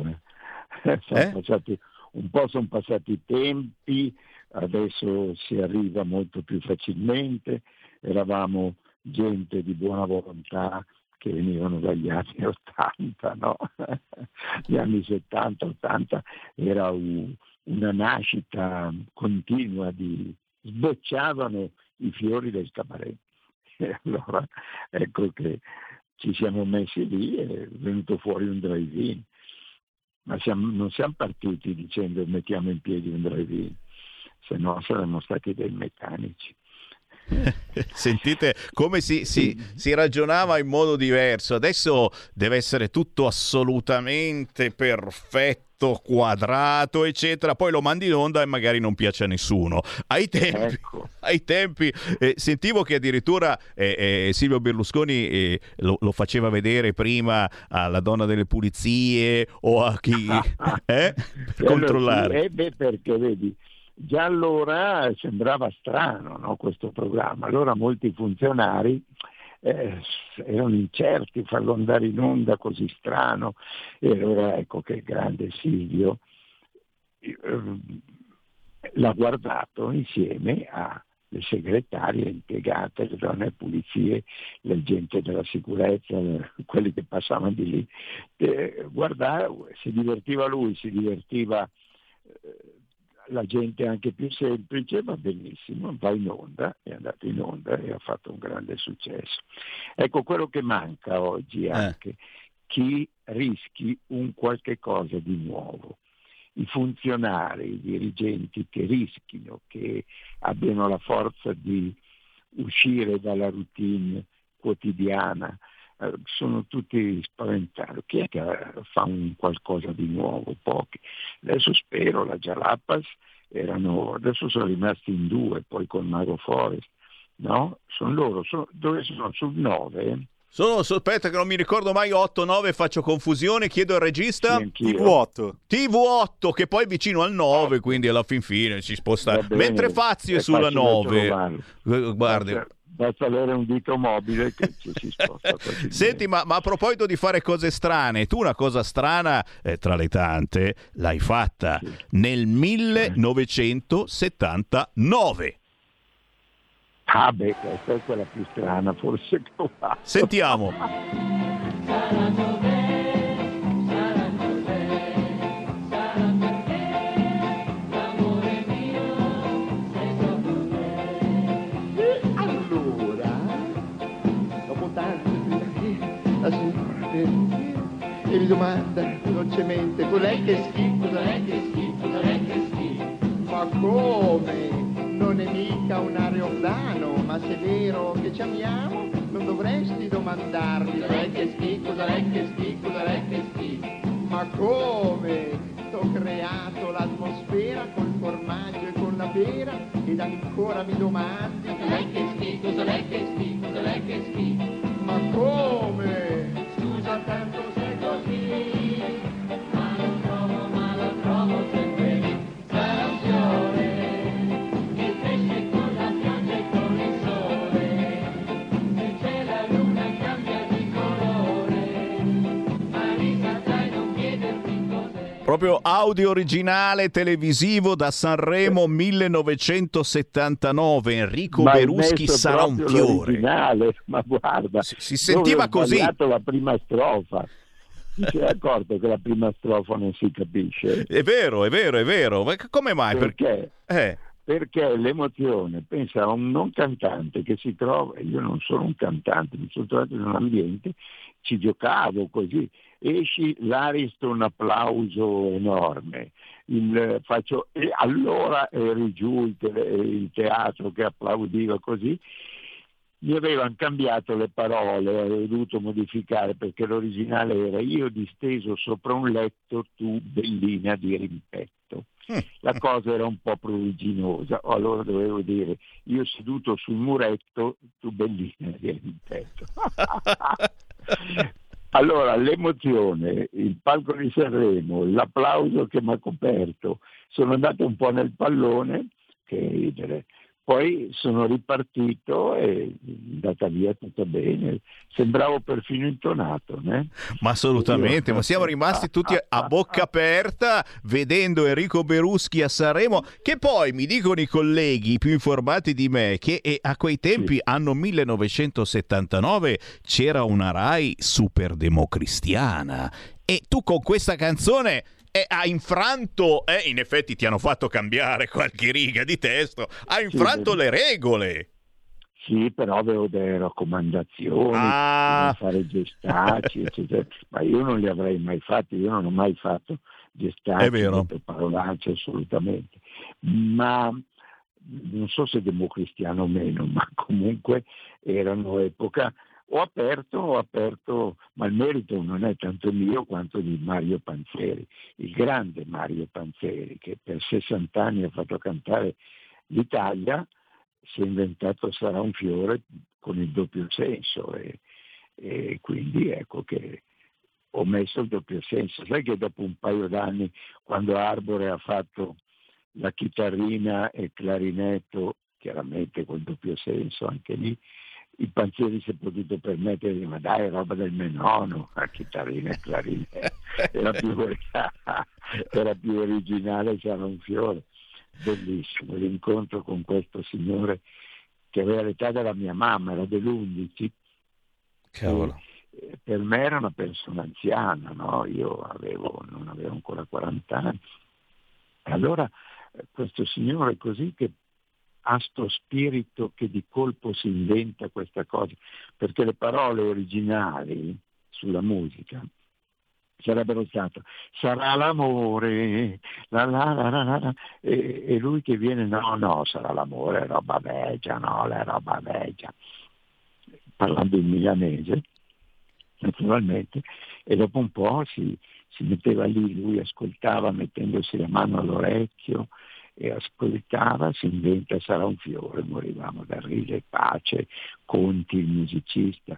Sono passati i tempi, adesso si arriva molto più facilmente. Eravamo gente di buona volontà che venivano dagli anni 80, no? Gli anni 70-80 era una nascita continua, sbocciavano i fiori del cabaret. E allora ecco che ci siamo messi lì e è venuto fuori un drive-in. Ma non siamo partiti dicendo mettiamo in piedi un drive-in, se no saremmo stati dei meccanici. Sentite come si ragionava in modo diverso. Adesso deve essere tutto assolutamente perfetto, quadrato, eccetera. Poi lo mandi in onda e magari non piace a nessuno. Ai tempi sentivo che addirittura Silvio Berlusconi lo faceva vedere prima alla donna delle pulizie o a chi per controllare. Perché vedi, già allora sembrava strano, no, questo programma. Allora molti funzionari erano incerti a farlo andare in onda così strano, e allora ecco che il grande Silvio l'ha guardato insieme alle segretarie impiegate, le donne pulizie, la gente della sicurezza, quelli che passavano di lì. Si divertiva lui, si divertiva la gente anche più semplice, va benissimo, va in onda, è andato in onda e ha fatto un grande successo. Ecco, quello che manca oggi anche, chi rischi un qualche cosa di nuovo. I funzionari, i dirigenti che rischino, che abbiano la forza di uscire dalla routine quotidiana, sono tutti spaventati. Chi è che fa un qualcosa di nuovo? Pochi. Adesso spero, la Jalapas adesso sono rimasti in 2, poi con Mago Forest, no? Sono loro, dove sono? Sul 9? Aspetta che non mi ricordo mai, 8-9, faccio confusione, chiedo al regista. Sì, TV8, che poi è vicino al 9, quindi alla fin fine si sposta, mentre Fazio è sulla 9. Guardi, basta avere un dito mobile che ci si sposta. Senti, ma a proposito di fare cose strane, tu una cosa strana tra le tante l'hai fatta nel 1979. Questa è quella più strana forse che ho fatto. Sentiamo. La signora e mi domanda dolcemente: cos'è che schifo, ma come? Non è mica un aeroplano, ma se è vero che ci amiamo non dovresti domandarmi cos'è che schifo, ma come? T'ho creato l'atmosfera col formaggio e con la pera ed ancora mi domandi cos'è che schifo, ma come? Scusa tanto se così, ma lo trovo sempre lì. Sarà un fiore che cresce con la pioggia e con il sole, e c'è la luna cambia di colore, Marisa dai non chiederti cos'è. Proprio audio originale televisivo da Sanremo 1979, Enrico Beruschi, Sarà un fiore. Ma guarda, si sentiva così. Ho sbagliato la prima strofa. Ti sei accorto che la prima strofa non si capisce? È vero. Ma come mai? Perché? Perché l'emozione, pensa a un non cantante che si trova, io non sono un cantante, mi sono trovato in un ambiente, ci giocavo così, esci l'Aristo, un applauso enorme, e allora eri giù il teatro che applaudiva così. Mi avevano cambiato le parole, avevo dovuto modificare perché l'originale era: io disteso sopra un letto, tu bellina di rimpetto. La cosa era un po' pruriginosa, allora dovevo dire: io seduto sul muretto, tu bellina di rimpetto. Allora l'emozione, il palco di Sanremo, l'applauso che mi ha coperto, sono andato un po' nel pallone, che ridere. Poi sono ripartito e è andata via tutto bene, sembravo perfino intonato. Ma assolutamente, ma siamo rimasti tutti a bocca aperta vedendo Enrico Beruschi a Sanremo, che poi mi dicono i colleghi più informati di me che a quei tempi, anno 1979, c'era una Rai super democristiana e tu con questa canzone ha infranto, in effetti ti hanno fatto cambiare qualche riga di testo, ha infranto le regole. Sì, però avevo delle raccomandazioni, di fare gestacci, eccetera. Ma io non li avrei mai fatti, io non ho mai fatto gestacci, parolacce assolutamente. Ma non so se democristiano o meno, ma comunque erano epoca. Ho aperto, ma il merito non è tanto mio quanto di Mario Panzeri, il grande Mario Panzeri, che per 60 anni ha fatto cantare l'Italia, si è inventato Sarà un fiore con il doppio senso e quindi ecco che ho messo il doppio senso. Sai che dopo un paio d'anni, quando Arbore ha fatto la chitarrina e clarinetto, chiaramente col doppio senso anche lì, il Panzeri si è potuto permettere di dire: ma dai, roba del Menono, la chitarrina e clarinetto, era più originale, Sarà un fiore. Bellissimo l'incontro con questo signore che aveva l'età della mia mamma, era dell'11. Cavolo. Per me era una persona anziana, no? Io non avevo ancora 40 anni. Allora questo signore così che ha sto spirito che di colpo si inventa questa cosa, perché le parole originali sulla musica sarebbero state sarà l'amore, e lui che viene no, sarà l'amore, roba vecchia, no, la roba vecchia, parlando in milanese naturalmente, e dopo un po' si metteva lì, lui ascoltava mettendosi la mano all'orecchio e ascoltava, si inventa Sarà un fiore, morivamo da ridere. Pace, Conti, il musicista,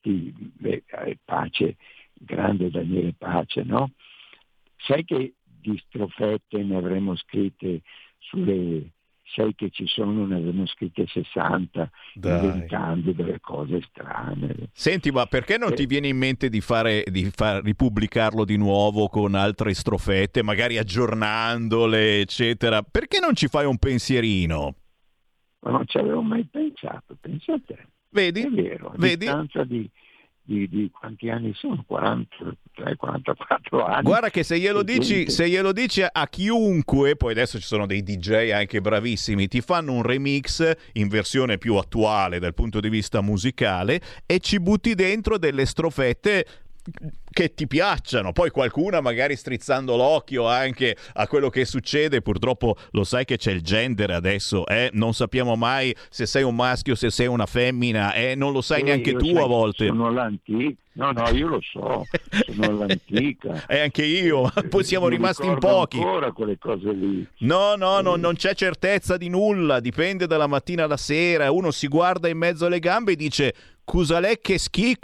Pace, grande Daniele Pace, no? Sai che di strofette ne avremmo scritte sai che ci sono, ne avremmo scritte 60, inventando delle cose strane. Senti, ma perché non ti viene in mente di ripubblicarlo di nuovo con altre strofette, magari aggiornandole, eccetera? Perché non ci fai un pensierino? Ma non ci avevo mai pensato, pensa a te. Vedi? È vero, a distanza di quanti anni sono? 43, 44 anni. Guarda che se glielo dici a chiunque, poi adesso ci sono dei DJ anche bravissimi, ti fanno un remix in versione più attuale dal punto di vista musicale e ci butti dentro delle strofette che ti piacciono, poi qualcuna magari strizzando l'occhio anche a quello che succede. Purtroppo lo sai che c'è il gender adesso, non sappiamo mai se sei un maschio, se sei una femmina, non lo sai neanche tu a volte. Sono l'antica, no, io lo so, sono l'antica. E anche io, poi siamo rimasti in pochi. Ancora quelle cose lì. No, non c'è certezza di nulla, dipende dalla mattina alla sera, uno si guarda in mezzo alle gambe e dice: Cusalè che schi.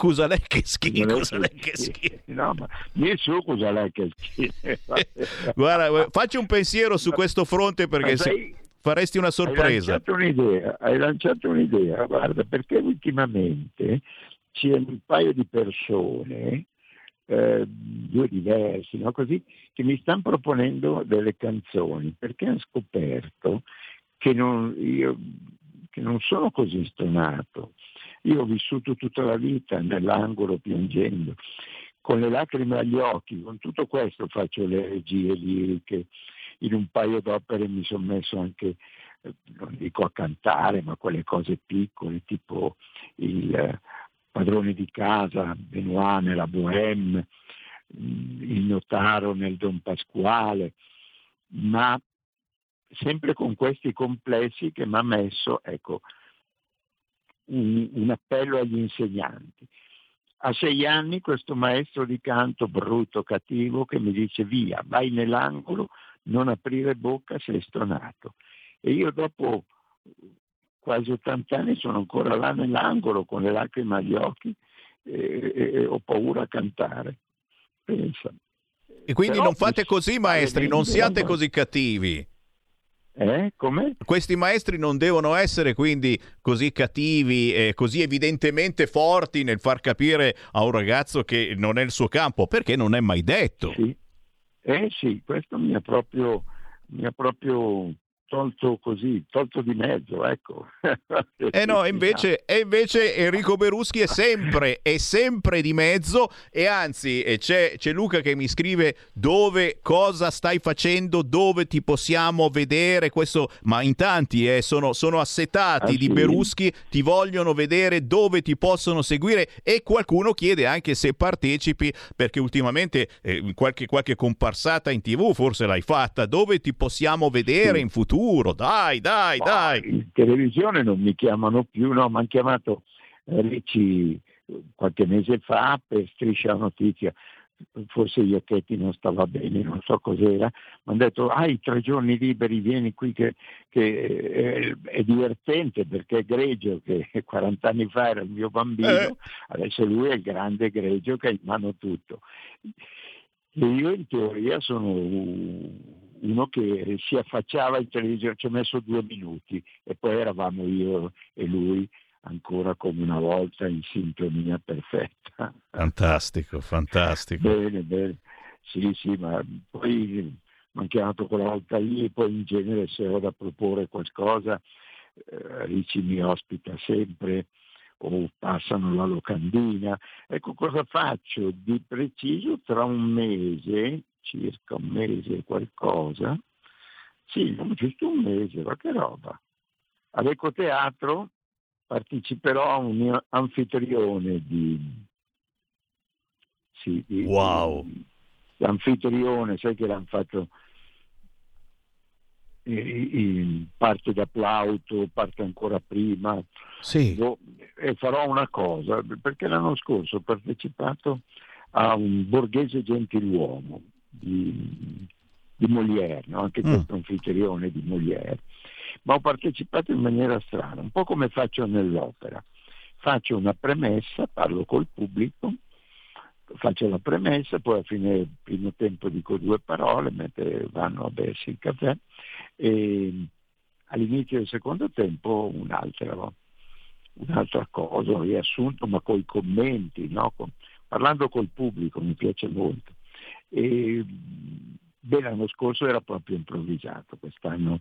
No, ma vieni su, Cusalè che schi. Guarda, facci un pensiero su questo fronte, perché faresti una sorpresa. Hai lanciato un'idea, guarda, perché ultimamente c'è un paio di persone, due diversi, no, così, che mi stanno proponendo delle canzoni, perché hanno scoperto che non sono così stonato. Io ho vissuto tutta la vita nell'angolo piangendo, con le lacrime agli occhi, con tutto questo faccio le regie liriche, in un paio d'opere mi sono messo anche, non dico a cantare, ma quelle cose piccole, tipo il Padrone di casa, Benoît nella Bohème, il Notaro nel Don Pasquale, ma sempre con questi complessi che mi ha messo, ecco, un appello agli insegnanti. A 6 anni questo maestro di canto brutto, cattivo, che mi dice: via, vai nell'angolo, non aprire bocca, sei stonato. E io dopo quasi 80 anni sono ancora là nell'angolo con le lacrime agli occhi e ho paura a cantare. Pensa. E quindi non fate così, maestri, non siate così cattivi. Come? Questi maestri non devono essere quindi così cattivi e così evidentemente forti nel far capire a un ragazzo che non è il suo campo, perché non è mai detto. Sì, sì, questo mi ha proprio tolto di mezzo, ecco. No, invece Enrico Beruschi è sempre di mezzo, e anzi c'è Luca che mi scrive cosa stai facendo, dove ti possiamo vedere, questo, ma in tanti sono assetati di Beruschi, ti vogliono vedere, dove ti possono seguire, e qualcuno chiede anche se partecipi, perché ultimamente qualche comparsata in TV forse l'hai fatta, dove ti possiamo vedere in futuro. sicuro, dai. In televisione non mi chiamano più, no, mi hanno chiamato Ricci qualche mese fa per Striscia la Notizia, forse Iacchetti non stava bene, non so cos'era, mi hanno detto hai 3 giorni liberi, vieni qui che è divertente perché è Greggio che 40 anni fa era il mio bambino, adesso lui è il grande Greggio che ha in mano tutto. E io in teoria sono uno che si affacciava in televisione, ci ho messo 2 minuti e poi eravamo io e lui ancora come una volta in sintonia perfetta. Fantastico. Bene. Sì, ma poi mi hanno chiamato quella volta lì e poi in genere se ho da proporre qualcosa, Ricci mi ospita sempre o passano la locandina. Ecco cosa faccio di preciso tra un mese, circa un mese e qualcosa, sì, giusto un mese, ma che roba. All'Ecoteatro parteciperò a un anfitrione wow. L'anfitrione, sai che l'hanno fatto in parte da Plauto, parte ancora prima. Sì. E farò una cosa, perché l'anno scorso ho partecipato a un Borghese Gentiluomo di Molière, no? Anche questo anfitrione di Molière. Ma ho partecipato in maniera strana, un po' come faccio nell'opera. Faccio una premessa, parlo col pubblico, faccio la premessa, poi a fine del primo tempo dico 2 parole, mentre vanno a bersi il caffè, e all'inizio del secondo tempo un'altra cosa, un riassunto, ma con i commenti, no? Parlando col pubblico, mi piace molto. L'anno scorso era proprio improvvisato, quest'anno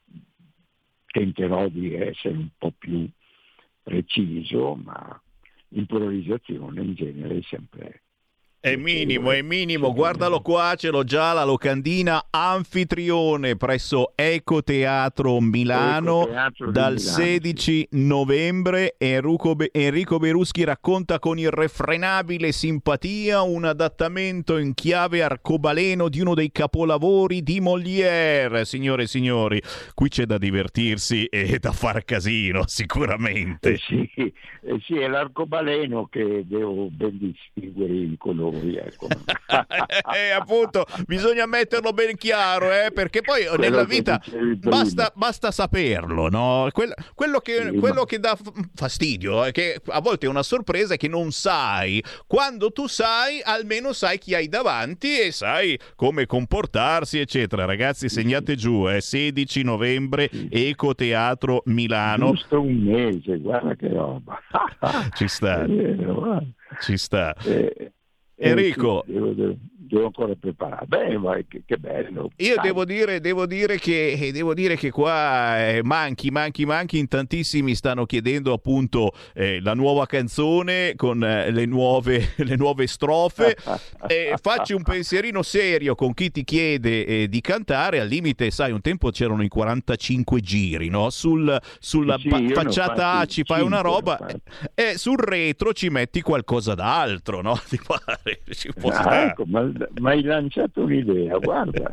tenterò di essere un po' più preciso, ma l'improvvisazione in genere è sempre... È minimo, guardalo qua, ce l'ho già, la locandina anfitrione presso Ecoteatro Milano dal 16 novembre. Enrico Beruschi racconta con irrefrenabile simpatia un adattamento in chiave arcobaleno di uno dei capolavori di Molière. Signore e signori, qui c'è da divertirsi e da far casino, sicuramente. Sì, è l'arcobaleno che devo ben distinguere i colori. Ecco. Appunto, bisogna metterlo ben chiaro, perché poi nella vita basta saperlo, no? Quello che dà fastidio è che a volte è una sorpresa che non sai. Quando tu sai, almeno sai chi hai davanti e sai come comportarsi, eccetera. Ragazzi, segnate giù, 16 novembre, Ecoteatro Milano. Giusto un mese, guarda che roba. Ci sta. Ci sta. Enrico, devo ancora preparare. Beh, ma che bello. Io devo dire che qua manchi in tantissimi stanno chiedendo appunto la nuova canzone con le nuove strofe. Facci un pensierino serio con chi ti chiede di cantare. Al limite, sai, un tempo c'erano i 45 giri, no? Sulla facciata A ci fai una roba e sul retro ci metti qualcosa d'altro, no? Ti pare? Ci può stare. Ecco, ma hai lanciato un'idea, guarda,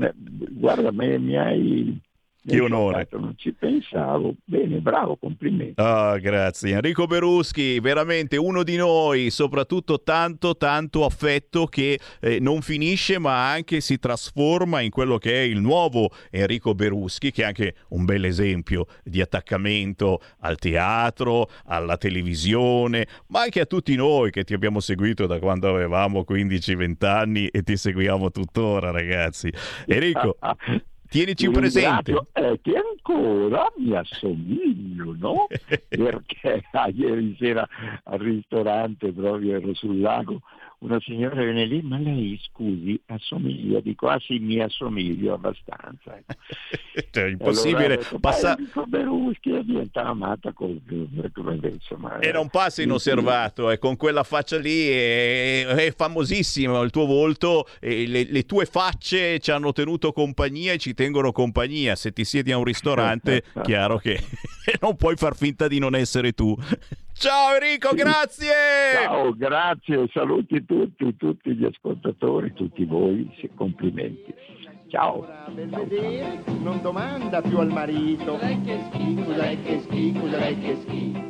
mi hai... Che onore. Non ci pensavo. Bene, bravo, complimenti. Grazie. Enrico Beruschi, veramente uno di noi, soprattutto tanto affetto che non finisce ma anche si trasforma in quello che è il nuovo Enrico Beruschi, che è anche un bel esempio di attaccamento al teatro, alla televisione, ma anche a tutti noi che ti abbiamo seguito da quando avevamo 15-20 anni e ti seguiamo tuttora, ragazzi. Enrico, tienici presente. Che ancora mi assomiglio, no? Perché ieri sera al ristorante, proprio ero sul lago, una signora viene lì, ma lei scusi, assomiglia? Dico, sì, mi assomiglio abbastanza. Cioè, impossibile allora, passare. Beruschi è diventata amata insomma, e non passa inosservato, con quella faccia lì è famosissimo il tuo volto, le tue facce ci hanno tenuto compagnia e ci tengono compagnia. Se ti siedi a un ristorante, chiaro che non puoi far finta di non essere tu. Ciao Enrico, grazie! Ciao, grazie, saluti tutti gli ascoltatori, tutti voi, complimenti. Ciao. Belvedere non domanda più al marito. Cos'è che schi, cos'è che schi, cos'è che schi.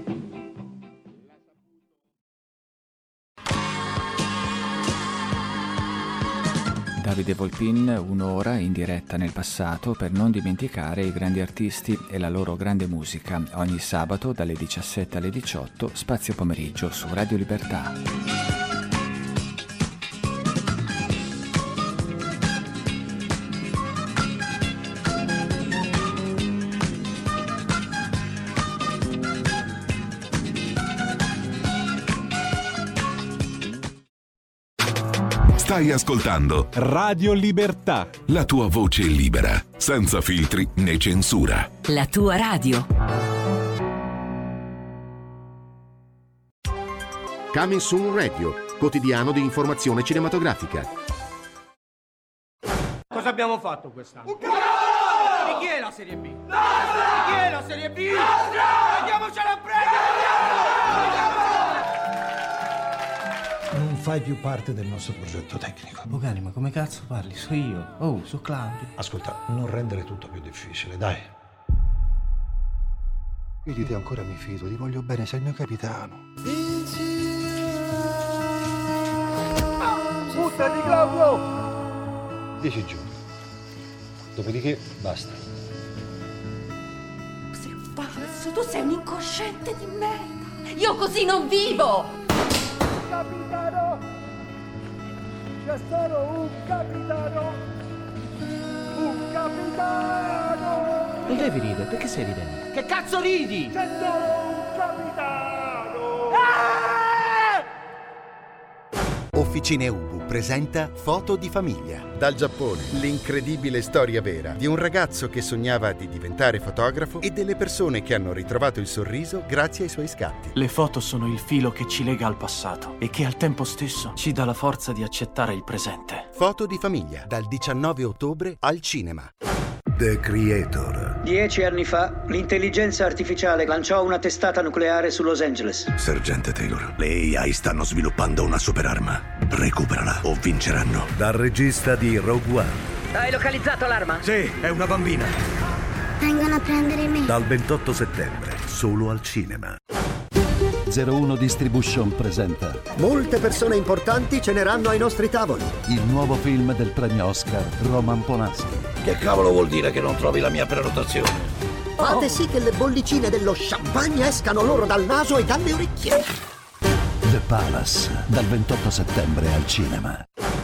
Davide Volpin, un'ora in diretta nel passato per non dimenticare i grandi artisti e la loro grande musica. Ogni sabato dalle 17 alle 18, spazio pomeriggio su Radio Libertà. Stai ascoltando Radio Libertà. La tua voce libera, senza filtri né censura. La tua radio. Coming Soon Radio, quotidiano di informazione cinematografica. Cosa abbiamo fatto quest'anno? Di chi è la Serie B? Di chi è la Serie B? Andiamocela a prendere! Non fai più parte del nostro progetto tecnico. Bogani, ma come cazzo parli? So io. Oh, so Claudio. Ascolta, non rendere tutto più difficile, dai. Io di te ancora mi fido, ti voglio bene, sei il mio capitano. Buttati, Claudio! 10 giorni. Dopodiché basta. Sei un pazzo, tu sei un incosciente di merda. Io così non vivo! Capitano! C'è solo un capitano! Un capitano! Non devi ridere, perché sei ridendo? Che cazzo ridi? C'è solo un capitano! Officine Ubu presenta Foto di famiglia. Dal Giappone, l'incredibile storia vera di un ragazzo che sognava di diventare fotografo e delle persone che hanno ritrovato il sorriso grazie ai suoi scatti. Le foto sono il filo che ci lega al passato e che al tempo stesso ci dà la forza di accettare il presente. Foto di famiglia, dal 19 ottobre al cinema. The Creator. 10 anni fa, l'intelligenza artificiale lanciò una testata nucleare su Los Angeles. Sergente Taylor, le AI stanno sviluppando una superarma. Recuperala o vinceranno. Dal regista di Rogue One. Hai localizzato l'arma? Sì, è una bambina. Vengono a prendere me. Dal 28 settembre, solo al cinema. 01 Distribution presenta Molte persone importanti ceneranno ai nostri tavoli. il nuovo film del premio Oscar Roman Polanski. Che cavolo vuol dire che non trovi la mia prenotazione? Fate sì che le bollicine dello champagne escano loro dal naso e dalle orecchie. The Palace, dal 28 settembre al cinema.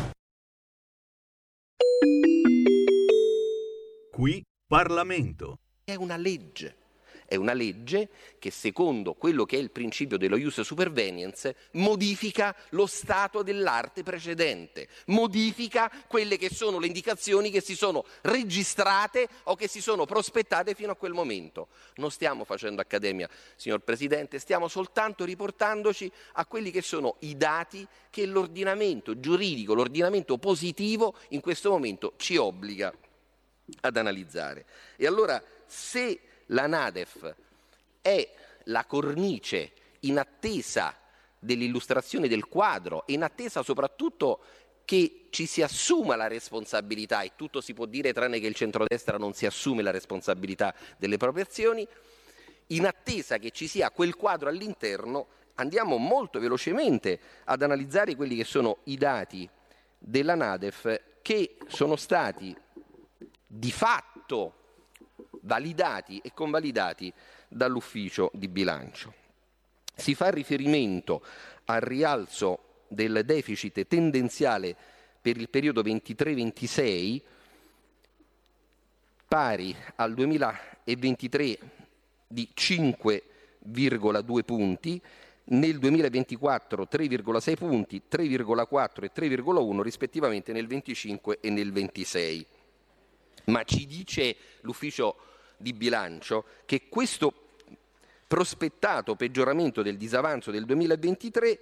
Qui Parlamento. È una legge. È una legge che, secondo quello che è il principio dello ius superveniens, modifica lo stato dell'arte precedente, modifica quelle che sono le indicazioni che si sono registrate o che si sono prospettate fino a quel momento. Non stiamo facendo accademia, signor Presidente, stiamo soltanto riportandoci a quelli che sono i dati che l'ordinamento giuridico, l'ordinamento positivo in questo momento ci obbliga ad analizzare. E allora, se la NADEF è la cornice in attesa dell'illustrazione del quadro e in attesa soprattutto che ci si assuma la responsabilità, e tutto si può dire tranne che il centrodestra non si assume la responsabilità delle proprie azioni, in attesa che ci sia quel quadro all'interno, andiamo molto velocemente ad analizzare quelli che sono i dati della NADEF che sono stati di fatto validati e convalidati dall'ufficio di bilancio. Si fa riferimento al rialzo del deficit tendenziale per il periodo 23-26 pari al 2023 di 5,2 punti, nel 2024 3,6 punti, 3,4 e 3,1 rispettivamente nel 25 e nel 26. Ma ci dice l'ufficio di bilancio che questo prospettato peggioramento del disavanzo del 2023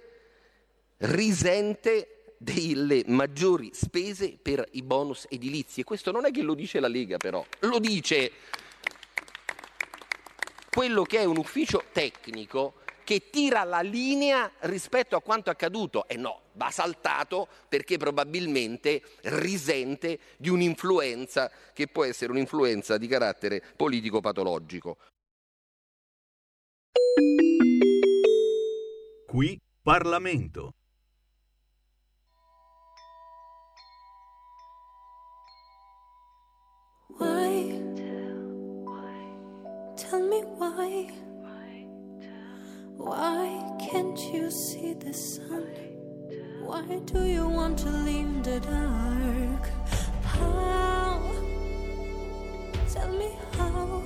risente delle maggiori spese per i bonus edilizi. E questo non è che lo dice la Lega, però, lo dice quello che è un ufficio tecnico che tira la linea rispetto a quanto accaduto. E no, va saltato perché probabilmente risente di un'influenza che può essere un'influenza di carattere politico-patologico. Qui Parlamento. Why? Tell me why? Why can't you see the sun? Why do you want to leave the dark? How? Tell me how?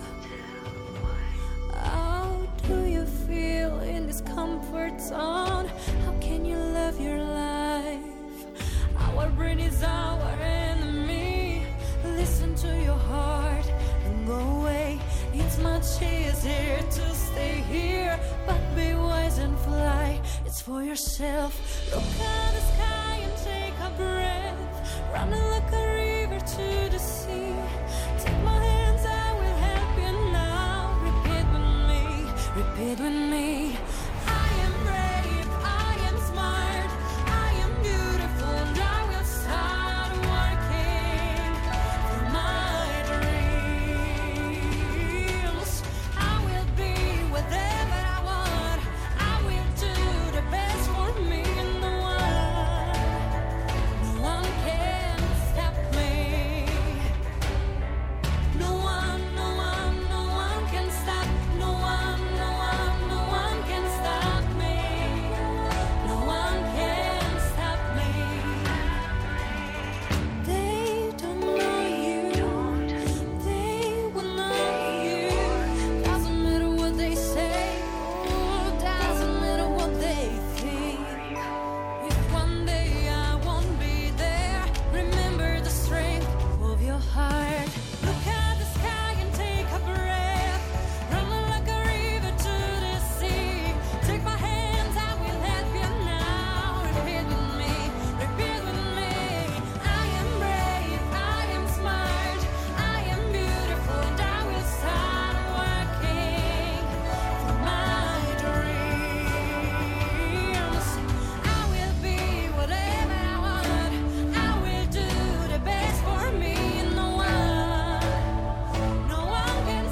How do you feel in this comfort zone? How can you love your life? Our brain is our enemy. Listen to your heart and go away. It's much easier to stay here, but be wise and fly. It's for yourself. Look at the sky and take a breath. Run like a river to the sea. Take my hands, I will help you now. Repeat with me. I am brave, I am smart, I am beautiful, and I will start working for my dreams. I will be whatever I want. I will do the best for me, and no one can stop me. No one can stop. No one can stop me. No one can stop me. They don't know you. They will know you. Doesn't matter what they say. Doesn't matter what they think. If one day I won't be there, remember the strength of your heart. Look at the sky and take a breath. Run like a river to the sea. Take my hands, I will help you now. Repeat with me. I am brave, I am smart, I am beautiful, and I will start working for my dreams. I will be whatever I want. I will do the best for me, and no one can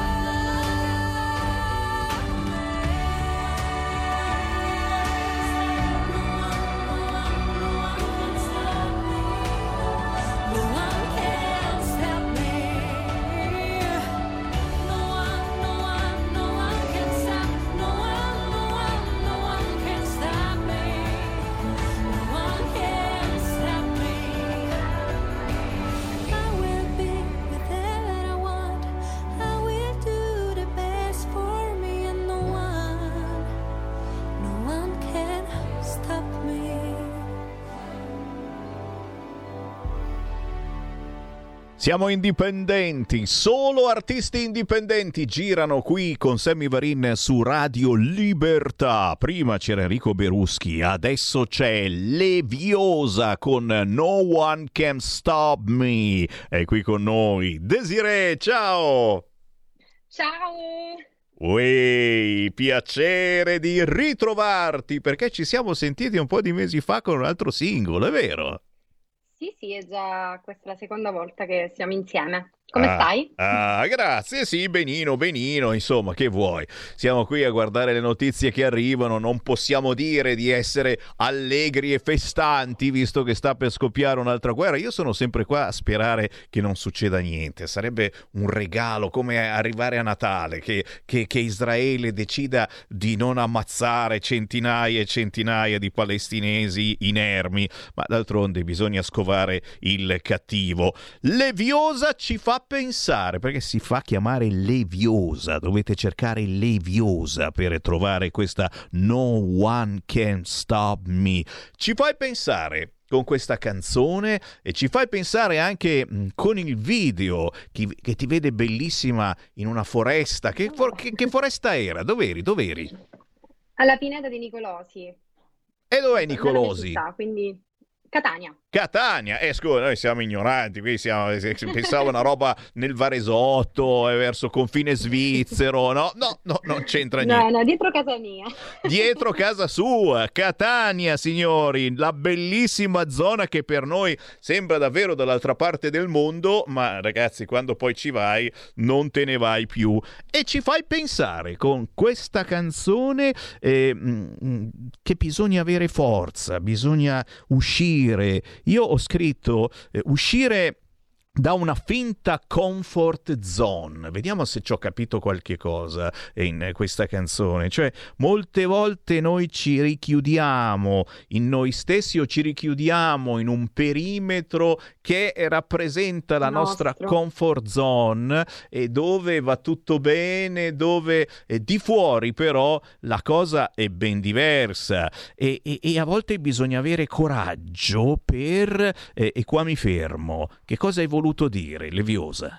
stop me. Siamo indipendenti, solo artisti indipendenti girano qui con Sammy Varin su Radio Libertà. Prima c'era Enrico Beruschi, adesso c'è Leviosa con No One Can Stop Me. È qui con noi Desiree, ciao! Ciao! Uè, piacere di ritrovarti, perché ci siamo sentiti un po' di mesi fa con un altro singolo, è vero? Sì, è già questa la seconda volta che siamo insieme. Come stai? Grazie, sì, benino, insomma, che vuoi? Siamo qui a guardare le notizie che arrivano, non possiamo dire di essere allegri e festanti, visto che sta per scoppiare un'altra guerra. Io sono sempre qua a sperare che non succeda niente, sarebbe un regalo, come arrivare a Natale, che Israele decida di non ammazzare centinaia e centinaia di palestinesi inermi, ma d'altronde bisogna scovare il cattivo. Leviosa ci fa pensare, perché si fa chiamare Leviosa, dovete cercare Leviosa per trovare questa No One Can Stop Me. Ci fai pensare con questa canzone e ci fai pensare anche con il video che ti vede bellissima in una foresta. Che foresta era? Dov'eri? Alla pineta di Nicolosi. E dov'è Nicolosi? Città, quindi Catania, scusa, noi siamo ignoranti, qui pensavo una roba nel Varesotto, verso confine svizzero, no, non c'entra niente. No, dietro casa mia. Dietro casa sua, Catania, signori, la bellissima zona che per noi sembra davvero dall'altra parte del mondo, ma ragazzi, quando poi ci vai non te ne vai più. E ci fai pensare con questa canzone che bisogna avere forza, bisogna uscire. Io ho scritto uscire da una finta comfort zone. Vediamo se ci ho capito qualche cosa in questa canzone. Cioè, molte volte noi ci richiudiamo in noi stessi o ci richiudiamo in un perimetro che rappresenta la nostra comfort zone, e dove va tutto bene, dove di fuori però la cosa è ben diversa, e a volte bisogna avere coraggio per e qua mi fermo. Che cosa hai voluto dire, Leviosa?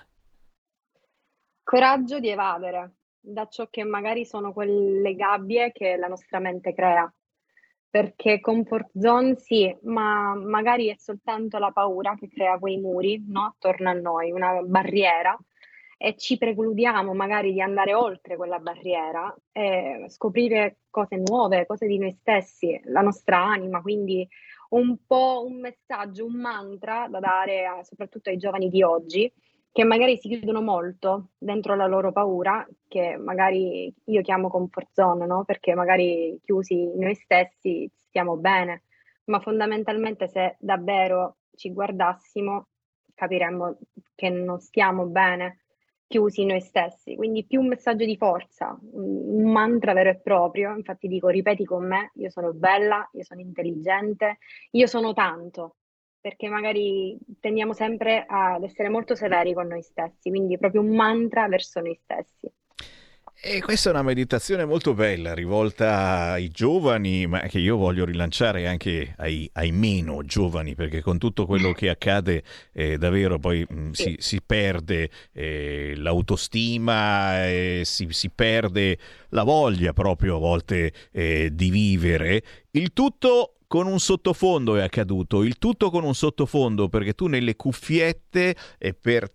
Coraggio di evadere da ciò che magari sono quelle gabbie che la nostra mente crea, perché comfort zone sì, ma magari è soltanto la paura che crea quei muri, no? Attorno a noi, una barriera, e ci precludiamo magari di andare oltre quella barriera e scoprire cose nuove, cose di noi stessi, la nostra anima. Quindi un po' un messaggio, un mantra da dare soprattutto ai giovani di oggi, che magari si chiudono molto dentro la loro paura, che magari io chiamo comfort zone, no? Perché magari chiusi noi stessi stiamo bene, ma fondamentalmente se davvero ci guardassimo capiremmo che non stiamo bene chiusi noi stessi. Quindi più un messaggio di forza, un mantra vero e proprio. Infatti dico, ripeti con me: io sono bella, io sono intelligente, io sono tanto, perché magari tendiamo sempre ad essere molto severi con noi stessi, quindi proprio un mantra verso noi stessi. E questa è una meditazione molto bella, rivolta ai giovani, ma che io voglio rilanciare anche ai meno giovani, perché con tutto quello che accade davvero poi si perde l'autostima, si perde la voglia proprio a volte di vivere. Il tutto con un sottofondo è accaduto, il tutto con un sottofondo, perché tu nelle cuffiette per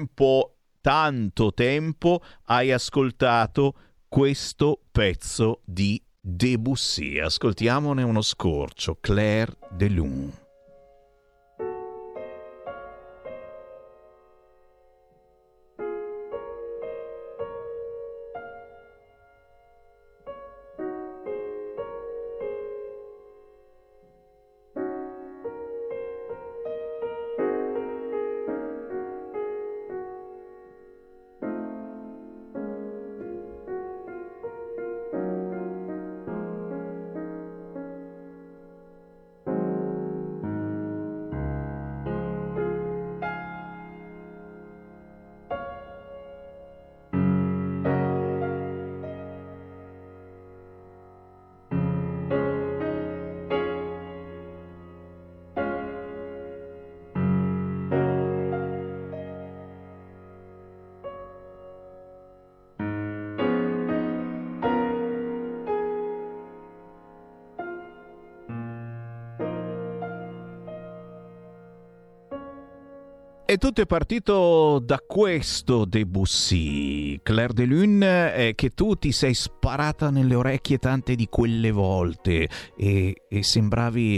tanto tempo hai ascoltato questo pezzo di Debussy. Ascoltiamone uno scorcio, Clair de Lune. E tutto è partito da questo Debussy, Clair de Lune, che tu ti sei sparata nelle orecchie tante di quelle volte e sembravi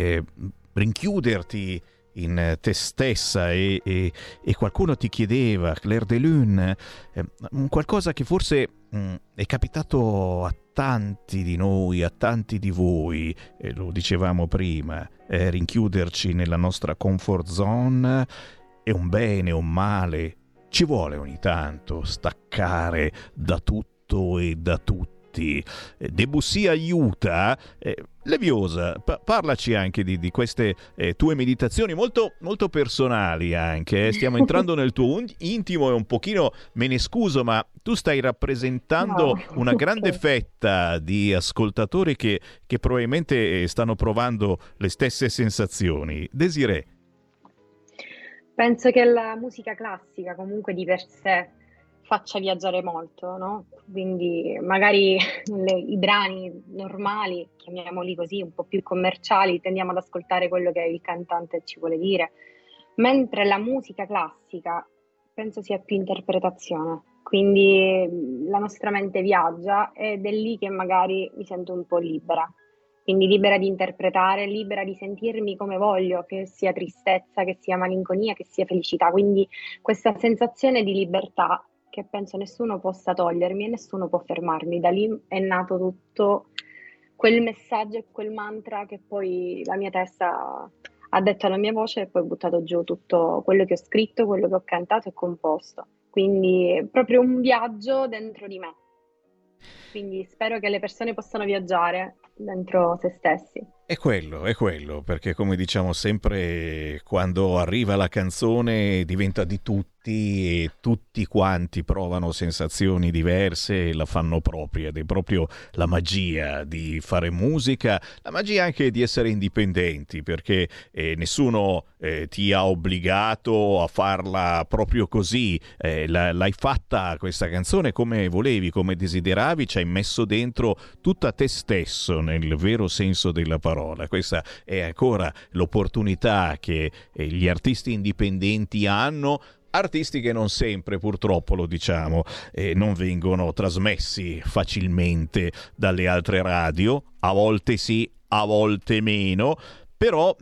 rinchiuderti in te stessa e qualcuno ti chiedeva, Clair de Lune, qualcosa che forse è capitato a tanti di noi, a tanti di voi, lo dicevamo prima, rinchiuderci nella nostra comfort zone. È un bene o un male? Ci vuole ogni tanto staccare da tutto e da tutti. Debussy aiuta. Leviosa, parlaci anche di queste tue meditazioni molto, molto personali anche. Stiamo entrando nel tuo intimo e un pochino me ne scuso, ma tu stai rappresentando una grande fetta di ascoltatori che probabilmente stanno provando le stesse sensazioni. Desiree. Penso che la musica classica comunque di per sé faccia viaggiare molto, no? Quindi magari i brani normali, chiamiamoli così, un po' più commerciali, tendiamo ad ascoltare quello che il cantante ci vuole dire, mentre la musica classica penso sia più interpretazione, quindi la nostra mente viaggia ed è lì che magari mi sento un po' libera. Quindi libera di interpretare, libera di sentirmi come voglio, che sia tristezza, che sia malinconia, che sia felicità. Quindi questa sensazione di libertà che penso nessuno possa togliermi e nessuno può fermarmi. Da lì è nato tutto quel messaggio e quel mantra che poi la mia testa ha detto alla mia voce e poi ho buttato giù tutto quello che ho scritto, quello che ho cantato e composto. Quindi è proprio un viaggio dentro di me. Quindi spero che le persone possano viaggiare dentro se stessi. È quello, perché come diciamo sempre, quando arriva la canzone diventa di tutti e tutti quanti provano sensazioni diverse e la fanno propria, ed è proprio la magia di fare musica, la magia anche di essere indipendenti, perché nessuno ti ha obbligato a farla proprio così, l'hai fatta questa canzone come volevi, come desideravi, ci hai messo dentro tutta te stesso nel vero senso della parola. Questa è ancora l'opportunità che gli artisti indipendenti hanno, artisti che non sempre, purtroppo lo diciamo, non vengono trasmessi facilmente dalle altre radio, a volte sì, a volte meno, però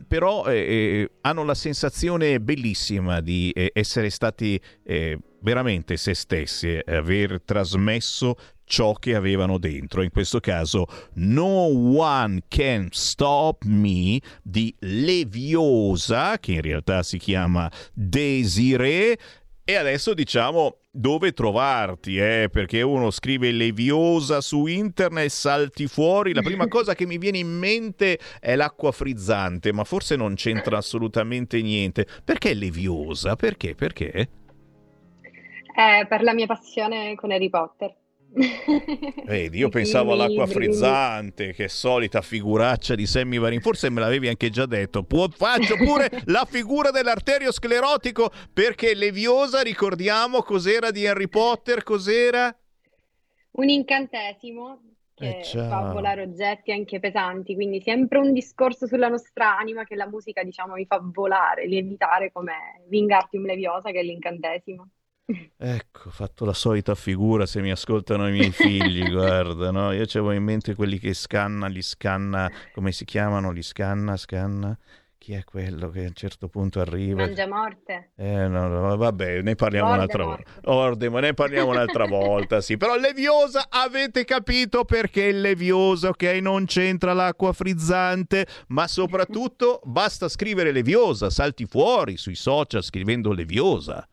hanno la sensazione bellissima di essere stati veramente se stessi, aver trasmesso ciò che avevano dentro. In questo caso No One Can Stop Me di Leviosa, che in realtà si chiama Desiree. E adesso diciamo dove trovarti, perché uno scrive Leviosa su internet, salti fuori, la prima cosa che mi viene in mente è l'acqua frizzante, ma forse non c'entra assolutamente niente. Perché Leviosa? Perché? Per la mia passione con Harry Potter. Vedi, io pensavo all'acqua frizzante, che solita figuraccia di Sammy Varin, forse me l'avevi anche già detto. Faccio pure la figura dell'arteriosclerotico, perché Leviosa, ricordiamo cos'era di Harry Potter, cos'era? Un incantesimo che fa volare oggetti anche pesanti, quindi sempre un discorso sulla nostra anima che la musica, diciamo, mi fa volare, lievitare, come Wingardium Leviosa, che è l'incantesimo. Ecco, ho fatto la solita figura, se mi ascoltano i miei figli, guarda, no? Io c'avevo in mente quelli che li scanna, come si chiamano? Scanna, chi è quello che a un certo punto arriva? Mangiamorte. No, vabbè, ne parliamo un'altra volta. Ne parliamo un'altra volta, sì. Però Leviosa, avete capito perché Leviosa, ok? Non c'entra l'acqua frizzante, ma soprattutto basta scrivere Leviosa, salti fuori sui social scrivendo Leviosa.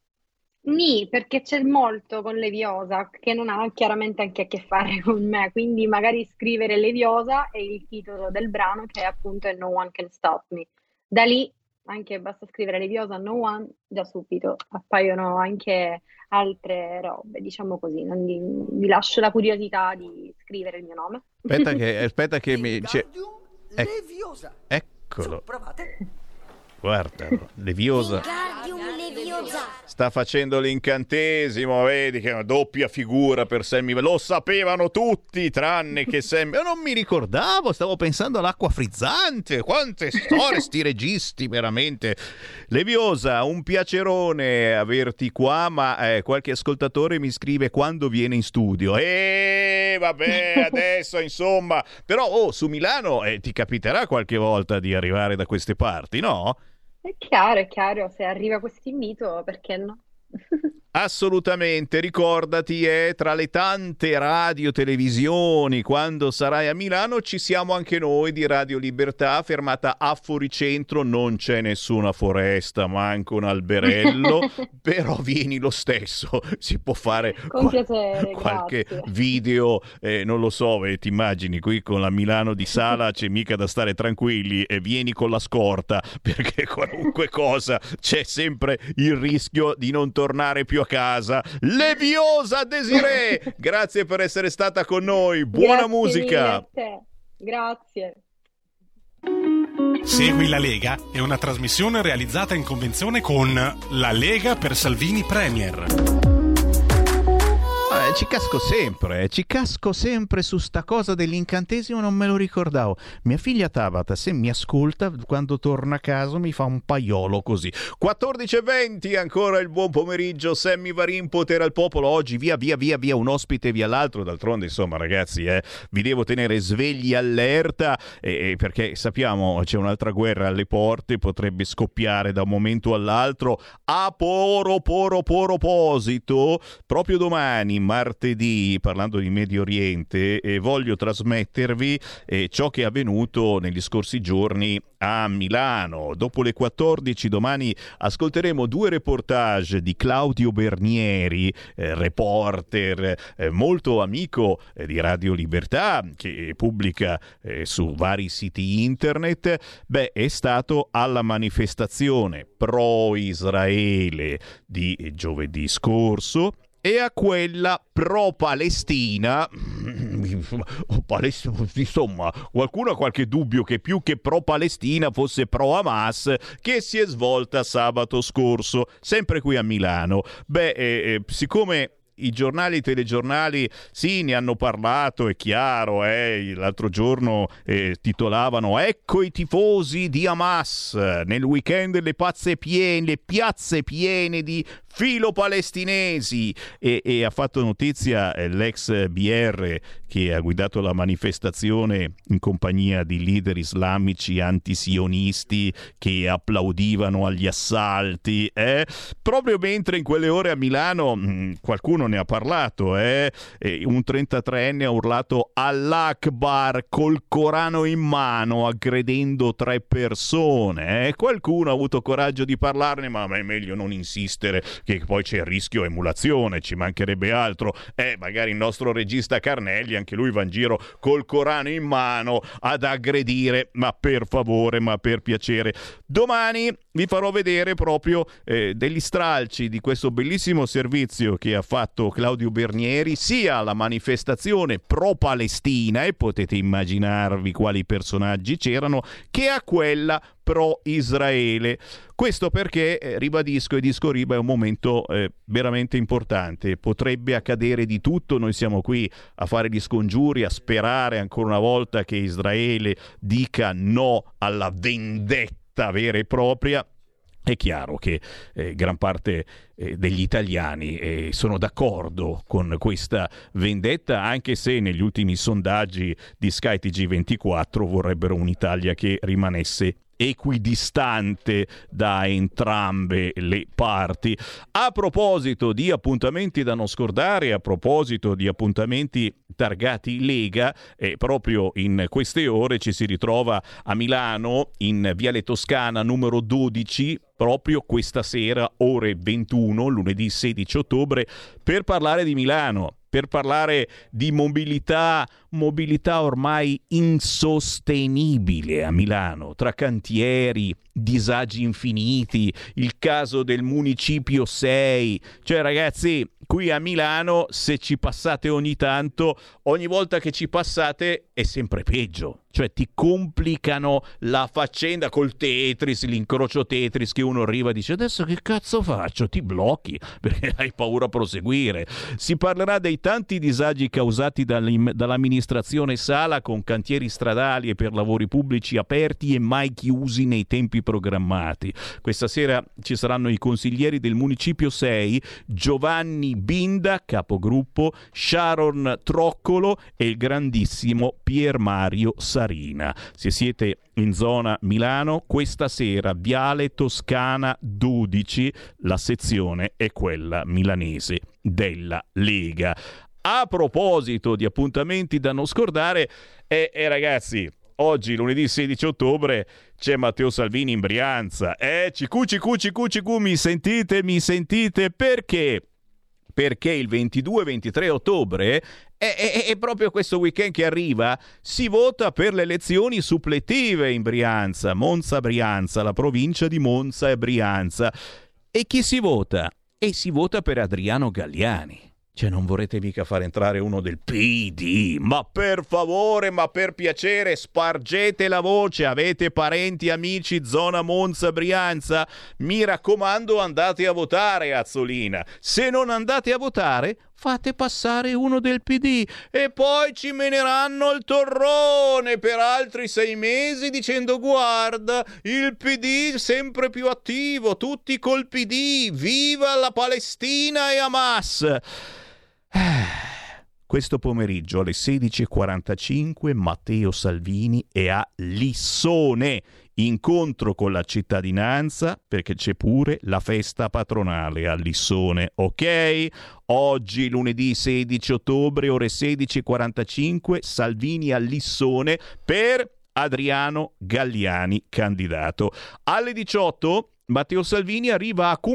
Nì, perché c'è molto con Leviosa che non ha chiaramente anche a che fare con me, quindi magari scrivere Leviosa è il titolo del brano, che appunto è No One Can Stop Me. Da lì anche basta scrivere Leviosa, No One, già subito appaiono anche altre robe, diciamo così. Vi lascio la curiosità di scrivere il mio nome. Aspetta che mi... Leviosa. Eccolo. Su, provate. Guarda, Leviosa sta facendo l'incantesimo, vedi che è una doppia figura per Sammy. Lo sapevano tutti tranne che Sammy. Io non mi ricordavo, stavo pensando all'acqua frizzante. Quante storie sti registi, veramente. Leviosa, un piacerone averti qua, ma qualche ascoltatore mi scrive quando viene in studio. Vabbè, adesso insomma, però su Milano ti capiterà qualche volta di arrivare da queste parti, no? È chiaro, se arriva questo invito, perché no? Assolutamente, ricordati, tra le tante radio televisioni, quando sarai a Milano ci siamo anche noi di Radio Libertà, fermata a Foricentro, non c'è nessuna foresta, manco un alberello, però vieni lo stesso, si può fare con piacere, qualche grazie. video, non lo so, ti immagini qui con la Milano di Sala c'è mica da stare tranquilli, e vieni con la scorta, perché qualunque cosa c'è sempre il rischio di non tornare più a casa. Leviosa Desiree, grazie per essere stata con noi, buona musica. Grazie. Segui la Lega è una trasmissione realizzata in convenzione con La Lega per Salvini Premier. Ci casco sempre su sta cosa dell'incantesimo, non me lo ricordavo. Mia figlia Tabata, se mi ascolta, quando torna a casa mi fa un paiolo così. 14:20, ancora il buon pomeriggio, Sammy Varin, potere al popolo. Oggi via, un ospite via l'altro. D'altronde, insomma, ragazzi, vi devo tenere svegli, allerta, perché sappiamo c'è un'altra guerra alle porte, potrebbe scoppiare da un momento all'altro. A proposito, proprio domani, martedì, parlando di Medio Oriente, voglio trasmettervi ciò che è avvenuto negli scorsi giorni a Milano. Dopo le 14 domani ascolteremo 2 reportage di Claudio Bernieri, reporter molto amico di Radio Libertà, che pubblica su vari siti internet. È stato alla manifestazione pro-Israele di giovedì scorso e a quella pro-Palestina. Insomma, qualcuno ha qualche dubbio che più che pro-Palestina fosse pro-Hamas, che si è svolta sabato scorso, sempre qui a Milano. Siccome i giornali, i telegiornali, sì, ne hanno parlato, è chiaro, l'altro giorno titolavano "Ecco i tifosi di Hamas", nel weekend le piazze piene di filo-palestinesi, e ha fatto notizia l'ex BR che ha guidato la manifestazione in compagnia di leader islamici antisionisti che applaudivano agli assalti, proprio mentre in quelle ore a Milano qualcuno ne ha parlato, un 33enne ha urlato Allah Akbar col Corano in mano, aggredendo 3 persone, qualcuno ha avuto coraggio di parlarne, ma è meglio non insistere, che poi c'è il rischio emulazione, ci mancherebbe altro. Magari il nostro regista Carnelli, anche lui va in giro col Corano in mano ad aggredire, ma per favore, ma per piacere. Domani vi farò vedere proprio degli stralci di questo bellissimo servizio che ha fatto Claudio Bernieri sia alla manifestazione pro-Palestina, e potete immaginarvi quali personaggi c'erano, che a quella pro-Israele. Questo perché, ribadisco e disco riba, è un momento veramente importante. Potrebbe accadere di tutto, noi siamo qui a fare gli scongiuri, a sperare ancora una volta che Israele dica no alla vendetta vera e propria. È chiaro che gran parte degli italiani sono d'accordo con questa vendetta, anche se negli ultimi sondaggi di Sky TG24 vorrebbero un'Italia che rimanesse equidistante da entrambe le parti. A proposito di appuntamenti da non scordare, a proposito di appuntamenti targati Lega, proprio in queste ore ci si ritrova a Milano in Viale Toscana numero 12, proprio questa sera ore 21, lunedì 16 ottobre, per parlare di Milano, per parlare di mobilità ormai insostenibile a Milano, tra cantieri, disagi infiniti, il caso del Municipio 6. Cioè, ragazzi, qui a Milano, se ci passate ogni tanto, ogni volta che ci passate è sempre peggio. Cioè, ti complicano la faccenda col Tetris, l'incrocio Tetris, che uno arriva e dice adesso che cazzo faccio? Ti blocchi perché hai paura a proseguire. Si parlerà dei tanti disagi causati dall'amministrazione Sala, con cantieri stradali e per lavori pubblici aperti e mai chiusi nei tempi programmati. Questa sera ci saranno i consiglieri del Municipio 6, Giovanni Binda, capogruppo, Sharon Troccolo e il grandissimo Pier Mario Sarina. Se siete in zona Milano, questa sera Viale Toscana 12, la sezione è quella milanese della Lega. A proposito di appuntamenti da non scordare, ragazzi, oggi, lunedì 16 ottobre, c'è Matteo Salvini in Brianza. Cicu, mi sentite? Perché? Perché il 22-23 ottobre è proprio questo weekend che arriva, si vota per le elezioni suppletive in Brianza, Monza-Brianza, la provincia di Monza e Brianza. E chi si vota? E si vota per Adriano Galliani. Cioè, non vorrete mica far entrare uno del PD? Ma per favore, ma per piacere, spargete la voce. Avete parenti, amici, zona Monza, Brianza? Mi raccomando, andate a votare, Azzolina. Se non andate a votare, fate passare uno del PD e poi ci meneranno il torrone per altri 6 mesi dicendo guarda, il PD sempre più attivo, tutti col PD, viva la Palestina e Hamas. Questo pomeriggio alle 16:45 Matteo Salvini è a Lissone, incontro con la cittadinanza, perché c'è pure la festa patronale a Lissone, ok? Oggi, lunedì 16 ottobre, ore 16:45, Salvini a Lissone per Adriano Galliani, candidato. Alle 18 Matteo Salvini arriva a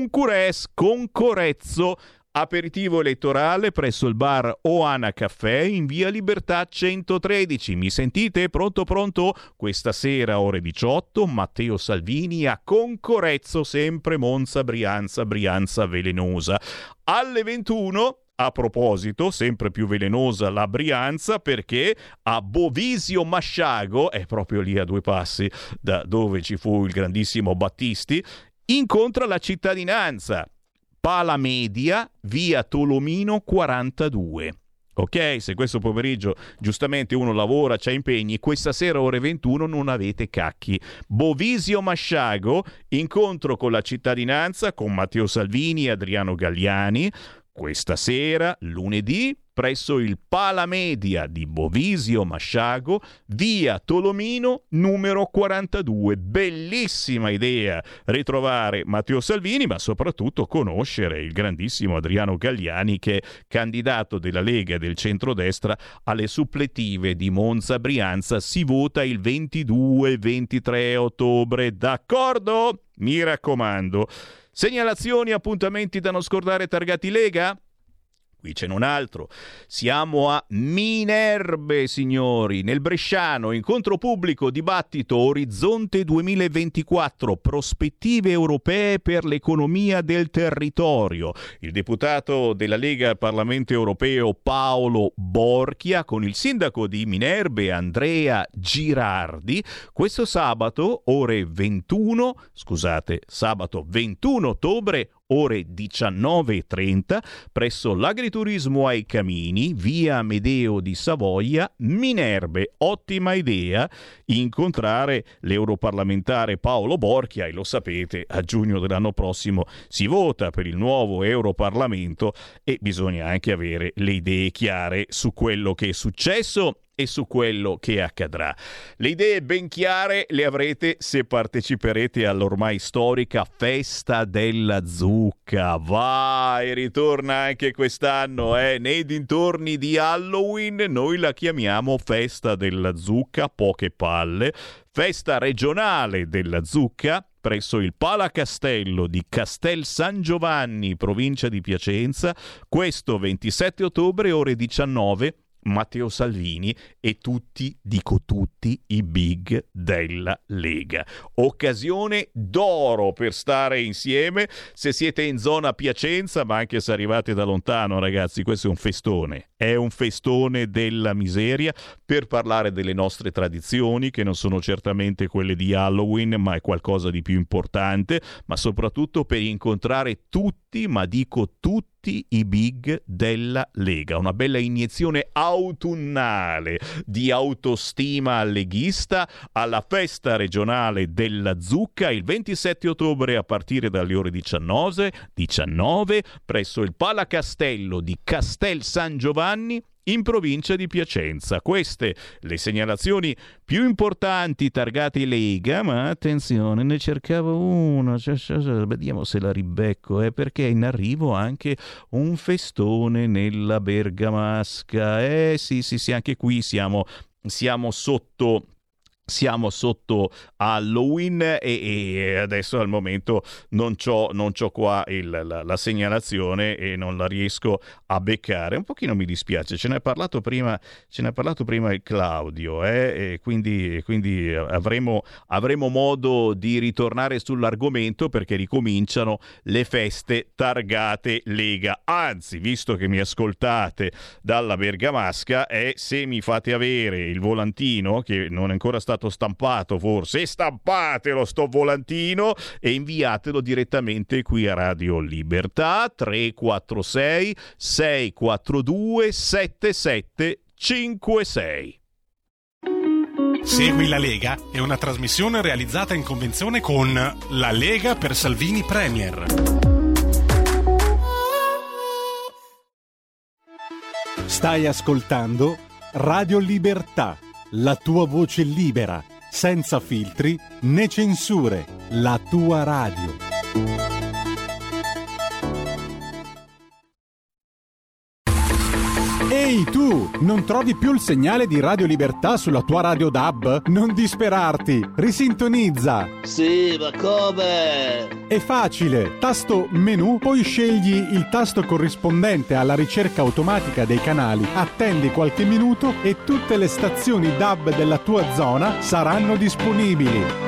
Concorezzo, aperitivo elettorale presso il bar Oana Caffè in via Libertà 113. Mi sentite? Pronto? Questa sera ore 18 Matteo Salvini a Concorezzo, sempre Monza, Brianza velenosa. Alle 21, a proposito, sempre più velenosa la Brianza, perché a Bovisio Masciago, è proprio lì a 2 passi da dove ci fu il grandissimo Battisti, incontra la cittadinanza. Pala Media, via Tolomino 42. Ok, se questo pomeriggio giustamente uno lavora, c'ha impegni, questa sera ore 21 non avete cacchi. Bovisio Masciago, incontro con la cittadinanza con Matteo Salvini e Adriano Galliani. Questa sera, lunedì, presso il Pala Media di Bovisio Masciago, via Tolomino numero 42. Bellissima idea ritrovare Matteo Salvini, ma soprattutto conoscere il grandissimo Adriano Galliani, che è candidato della Lega e del centrodestra alle suppletive di Monza Brianza. Si vota il 22-23 ottobre, d'accordo? Mi raccomando. Segnalazioni, appuntamenti da non scordare targati Lega? Qui c'è un altro. Siamo a Minerbe, signori, nel Bresciano, incontro pubblico, dibattito Orizzonte 2024, prospettive europee per l'economia del territorio. Il deputato della Lega al Parlamento europeo Paolo Borchia con il sindaco di Minerbe Andrea Girardi. Questo sabato, sabato 21 ottobre, ore 19:30, presso l'Agriturismo ai Camini, via Amedeo di Savoia, Minerbe. Ottima idea incontrare l'europarlamentare Paolo Borchia, e lo sapete, a giugno dell'anno prossimo si vota per il nuovo Europarlamento e bisogna anche avere le idee chiare su quello che è successo e su quello che accadrà. Le idee ben chiare le avrete se parteciperete all'ormai storica Festa della Zucca. Vai, ritorna anche quest'anno, nei dintorni di Halloween. Noi la chiamiamo Festa della Zucca, poche palle. Festa regionale della zucca presso il Palacastello di Castel San Giovanni, provincia di Piacenza, questo 27 ottobre, ore 19. Matteo Salvini e tutti, dico tutti, i big della Lega. Occasione d'oro per stare insieme se siete in zona Piacenza, ma anche se arrivate da lontano, ragazzi. Questo è un festone della miseria, per parlare delle nostre tradizioni, che non sono certamente quelle di Halloween, ma è qualcosa di più importante, ma soprattutto per incontrare tutti, ma dico tutti, i big della Lega. Una bella iniezione autunnale di autostima leghista alla festa regionale della zucca il 27 ottobre a partire dalle ore 19 presso il Palacastello di Castel San Giovanni in provincia di Piacenza. Queste le segnalazioni più importanti targate Lega, ma attenzione, ne cercavo uno, vediamo se la ribecco, perché è in arrivo anche un festone nella Bergamasca. Sì, anche qui siamo sotto Halloween e adesso al momento non c'ho qua la segnalazione e non la riesco a beccare. Un pochino mi dispiace, ce ne ha parlato prima il Claudio, e quindi avremo modo di ritornare sull'argomento, perché ricominciano le feste targate Lega. Anzi, visto che mi ascoltate dalla Bergamasca, se mi fate avere il volantino, che non è ancora stato stato stampato forse, e stampatelo sto volantino e inviatelo direttamente qui a Radio Libertà 346 642 7756. Segui la Lega è una trasmissione realizzata in convenzione con La Lega per Salvini Premier. Stai ascoltando Radio Libertà, la tua voce libera, senza filtri né censure, la tua radio. Ehi tu, non trovi più il segnale di Radio Libertà sulla tua radio DAB? Non disperarti, risintonizza! Sì, ma come? È facile, tasto menu, poi scegli il tasto corrispondente alla ricerca automatica dei canali, attendi qualche minuto e tutte le stazioni DAB della tua zona saranno disponibili.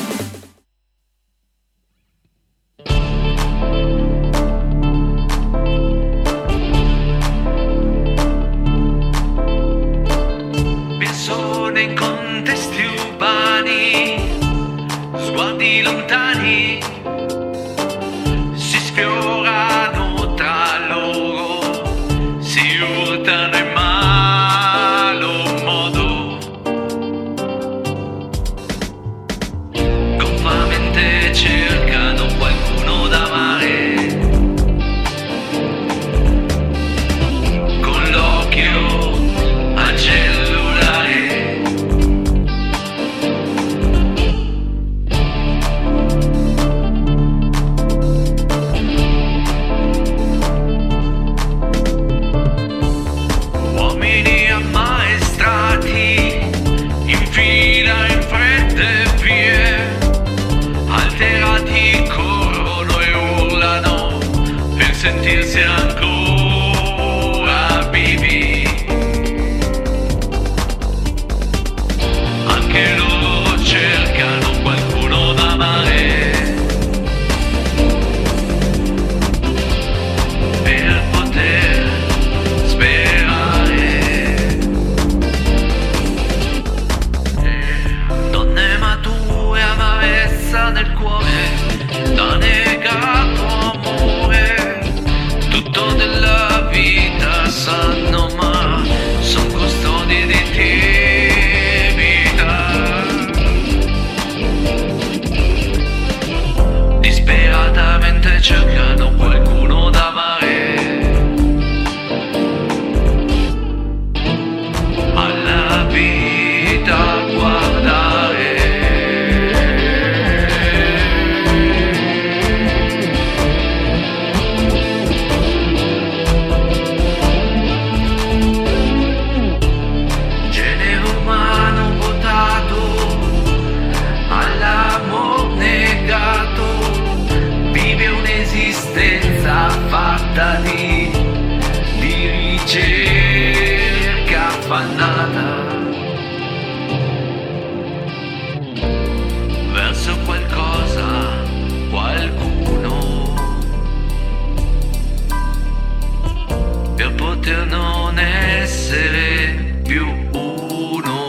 In contesti urbani, sguardi lontani si sfiorano tra loro, si urtano in malo modo, goffamente cercano qualcuno da amare, con l'occhio al cielo. Sentirsi ancora vivi, anche loro cercano qualcuno da amare, per poter sperare. Donne mature, amarezza nel cuore, da negato amore. Tutto della vita sanno, ma son custodi di intimità. Disperatamente cercano qualcuno da amare, alla vita guardare. Fatta di ricerca affannata verso qualcosa, qualcuno, per poter non essere più uno.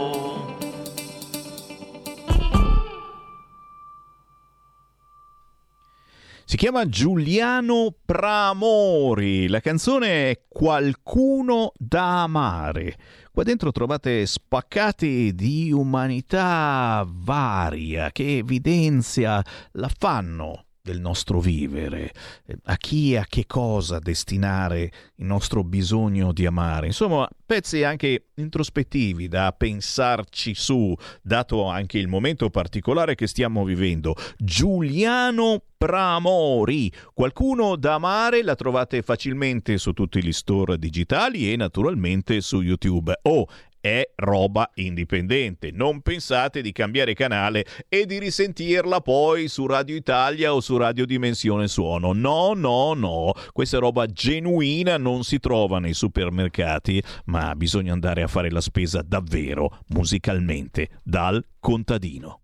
Si chiama Giuliano Pramori, la canzone è Qualcuno da amare. Qua dentro trovate spaccati di umanità varia che evidenzia l'affanno del nostro vivere, a chi e a che cosa destinare il nostro bisogno di amare. Insomma, pezzi anche introspettivi da pensarci su, dato anche il momento particolare che stiamo vivendo. Giuliano Pramori, Qualcuno da amare, la trovate facilmente su tutti gli store digitali e naturalmente su YouTube. È roba indipendente, non pensate di cambiare canale e di risentirla poi su Radio Italia o su Radio Dimensione Suono. No, questa roba genuina non si trova nei supermercati, ma bisogna andare a fare la spesa davvero musicalmente dal contadino.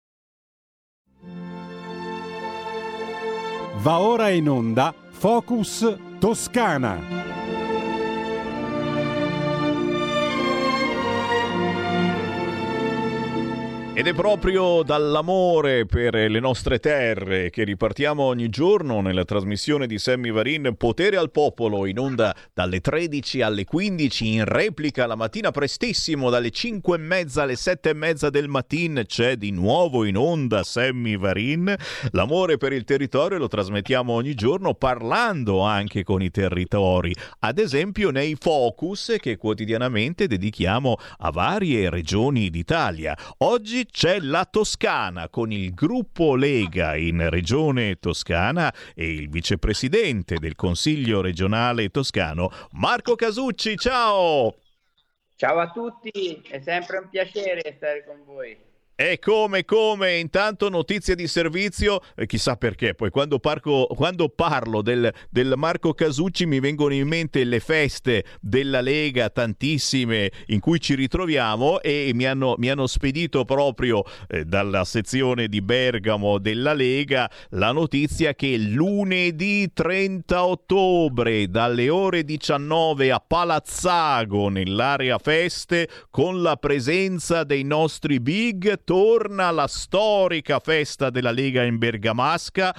Va ora in onda Focus Toscana. Ed è proprio dall'amore per le nostre terre che ripartiamo ogni giorno nella trasmissione di Sammy Varin, Potere al Popolo, in onda dalle 13 alle 15, in replica la mattina prestissimo dalle 5:30 alle 7:30 del mattino. C'è di nuovo in onda Sammy Varin. L'amore per il territorio lo trasmettiamo ogni giorno parlando anche con i territori, ad esempio nei focus che quotidianamente dedichiamo a varie regioni d'Italia. Oggi c'è la Toscana con il gruppo Lega in Regione Toscana e il vicepresidente del Consiglio regionale toscano Marco Casucci. Ciao! Ciao a tutti, è sempre un piacere stare con voi. E come, intanto notizie di servizio, chissà perché, poi quando parlo del Marco Casucci mi vengono in mente le feste della Lega, tantissime, in cui ci ritroviamo, e mi hanno spedito proprio dalla sezione di Bergamo della Lega la notizia che lunedì 30 ottobre dalle ore 19 a Palazzago, nell'area feste, con la presenza dei nostri big, torna la storica festa della Lega in Bergamasca,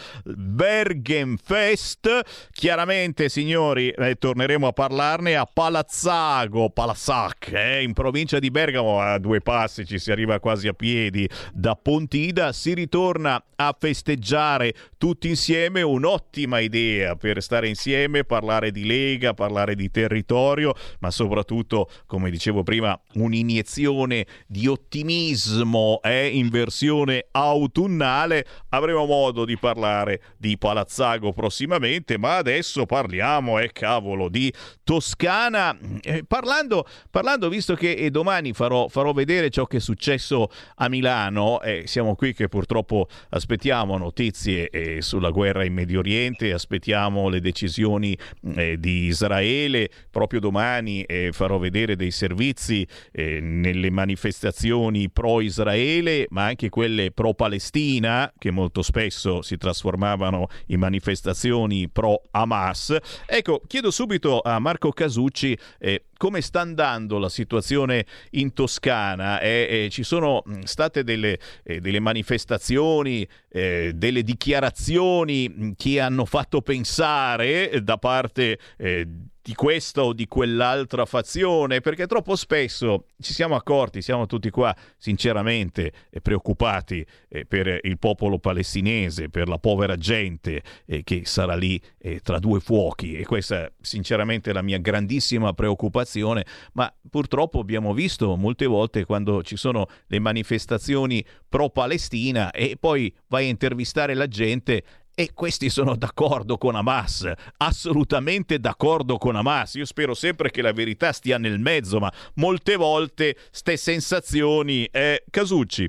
Bergenfest. Chiaramente, signori, torneremo a parlarne a Palazzago, in provincia di Bergamo, a 2 passi, ci si arriva quasi a piedi da Pontida. Si ritorna a festeggiare tutti insieme, un'ottima idea per stare insieme, parlare di Lega, parlare di territorio, ma soprattutto, come dicevo prima, un'iniezione di ottimismo in versione autunnale. Avremo modo di parlare di Palazzago prossimamente, ma adesso parliamo, di Toscana. Parlando, visto che domani farò vedere ciò che è successo a Milano, siamo qui che purtroppo aspettiamo notizie sulla guerra in Medio Oriente, aspettiamo le decisioni di Israele. Proprio domani farò vedere dei servizi nelle manifestazioni pro-Israele, ma anche quelle pro-Palestina, che molto spesso si trasformavano in manifestazioni pro-Hamas. Ecco, chiedo subito a Marco Casucci come sta andando la situazione in Toscana. Ci sono state delle manifestazioni, delle dichiarazioni che hanno fatto pensare da parte di questa o di quell'altra fazione, perché troppo spesso ci siamo accorti, siamo tutti qua sinceramente preoccupati per il popolo palestinese, per la povera gente che sarà lì tra 2 fuochi, e questa sinceramente è la mia grandissima preoccupazione. Ma purtroppo abbiamo visto molte volte, quando ci sono le manifestazioni pro-Palestina e poi vai a intervistare la gente, e questi sono d'accordo con Hamas, assolutamente d'accordo con Hamas. Io spero sempre che la verità stia nel mezzo, ma molte volte ste sensazioni. Casucci.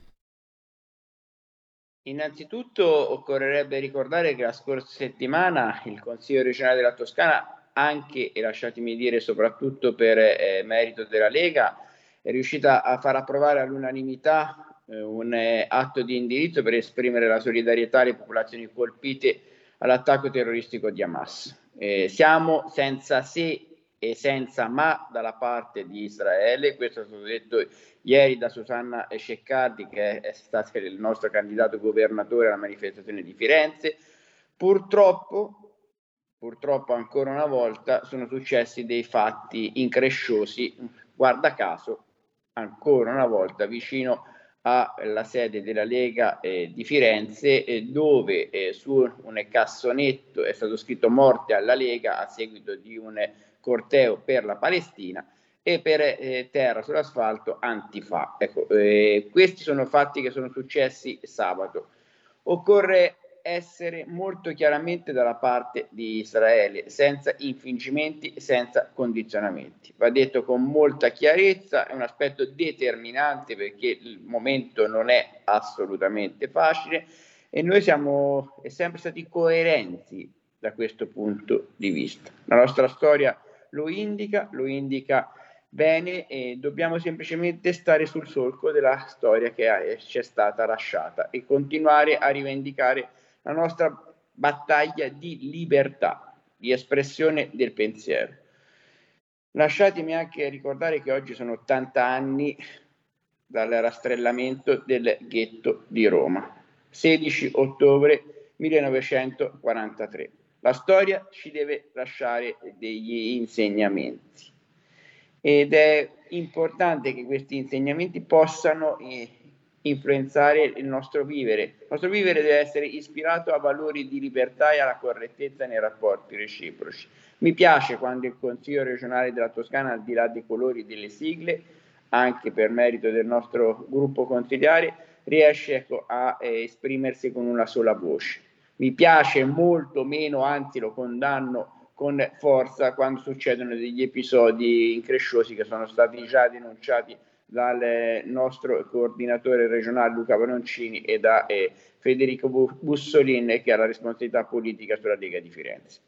Innanzitutto occorrerebbe ricordare che la scorsa settimana il Consiglio regionale della Toscana, anche, e lasciatemi dire soprattutto per merito della Lega, è riuscita a far approvare all'unanimità un atto di indirizzo per esprimere la solidarietà alle popolazioni colpite all'attacco terroristico di Hamas. Siamo senza se e senza ma dalla parte di Israele. Questo è stato detto ieri da Susanna Ceccardi, che è stato il nostro candidato governatore alla manifestazione di Firenze. Purtroppo ancora una volta sono successi dei fatti incresciosi, guarda caso ancora una volta vicino alla sede della Lega di Firenze, dove su un cassonetto è stato scritto "Morte alla Lega" a seguito di un corteo per la Palestina, e per terra sull'asfalto "Antifa". Ecco, questi sono fatti che sono successi sabato. Occorre essere molto chiaramente dalla parte di Israele, senza infingimenti, senza condizionamenti. Va detto con molta chiarezza, è un aspetto determinante perché il momento non è assolutamente facile, e noi siamo sempre stati coerenti da questo punto di vista. La nostra storia lo indica bene, e dobbiamo semplicemente stare sul solco della storia che ci è stata lasciata e continuare a rivendicare la nostra battaglia di libertà, di espressione del pensiero. Lasciatemi anche ricordare che oggi sono 80 anni dal rastrellamento del ghetto di Roma. 16 ottobre 1943. La storia ci deve lasciare degli insegnamenti ed è importante che questi insegnamenti possano influenzare il nostro vivere. Il nostro vivere deve essere ispirato a valori di libertà e alla correttezza nei rapporti reciproci. Mi piace quando il Consiglio regionale della Toscana, al di là dei colori e delle sigle, anche per merito del nostro gruppo consigliare, riesce a esprimersi con una sola voce. Mi piace molto meno, anzi lo condanno con forza, quando succedono degli episodi incresciosi che sono stati già denunciati dal nostro coordinatore regionale Luca Panoncini e da Federico Bussolin, che ha la responsabilità politica sulla Lega di Firenze.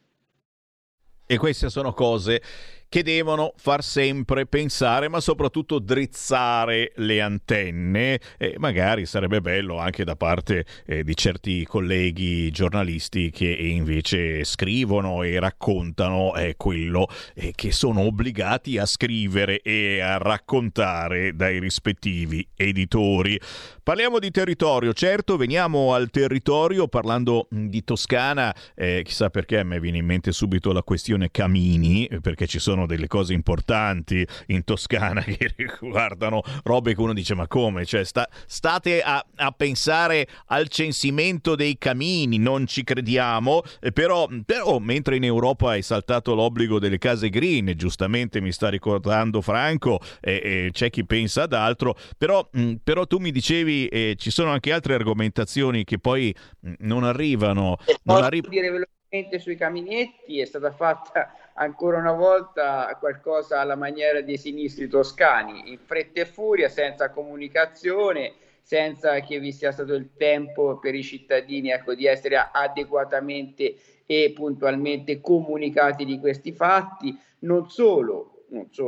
E queste sono cose che devono far sempre pensare, ma soprattutto drizzare le antenne. E magari sarebbe bello anche da parte di certi colleghi giornalisti che invece scrivono e raccontano quello che sono obbligati a scrivere e a raccontare dai rispettivi editori. Parliamo di territorio, certo, veniamo al territorio parlando di Toscana. Chissà perché a me viene in mente subito la questione Camini, perché ci sono delle cose importanti in Toscana che riguardano robe che uno dice ma come? Cioè state a pensare al censimento dei camini, non ci crediamo, però mentre in Europa è saltato l'obbligo delle case green, giustamente mi sta ricordando Franco, c'è chi pensa ad altro, però tu mi dicevi ci sono anche altre argomentazioni che poi non arrivano. Posso dire velocemente sui caminetti, è stata fatta ancora una volta qualcosa alla maniera dei sinistri toscani, in fretta e furia, senza comunicazione, senza che vi sia stato il tempo per i cittadini di essere adeguatamente e puntualmente comunicati di questi fatti. Non solo,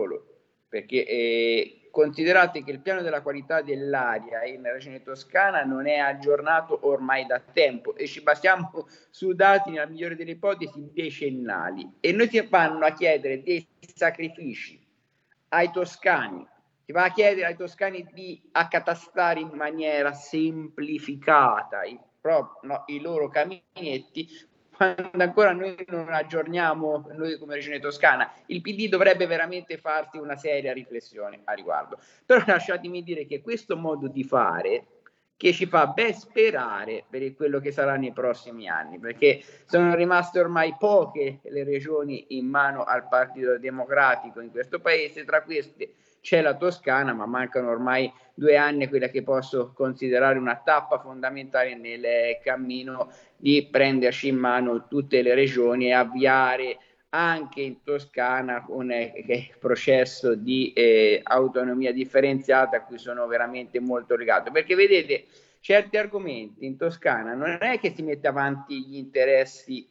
perché considerate che il piano della qualità dell'aria in Regione Toscana non è aggiornato ormai da tempo e ci basiamo su dati, nella migliore delle ipotesi, decennali, e noi si vanno a chiedere dei sacrifici ai toscani, si va a chiedere ai toscani di accatastare in maniera semplificata i loro caminetti, quando ancora noi non aggiorniamo, noi come Regione Toscana. Il PD dovrebbe veramente farsi una seria riflessione a riguardo. Però lasciatemi dire che questo modo di fare, che ci fa ben sperare per quello che sarà nei prossimi anni, perché sono rimaste ormai poche le regioni in mano al Partito Democratico in questo paese, tra queste c'è la Toscana, ma mancano ormai 2 anni, quella che posso considerare una tappa fondamentale nel cammino di prenderci in mano tutte le regioni e avviare anche in Toscana un processo di autonomia differenziata a cui sono veramente molto legato, perché vedete, certi argomenti in Toscana non è che si mette avanti gli interessi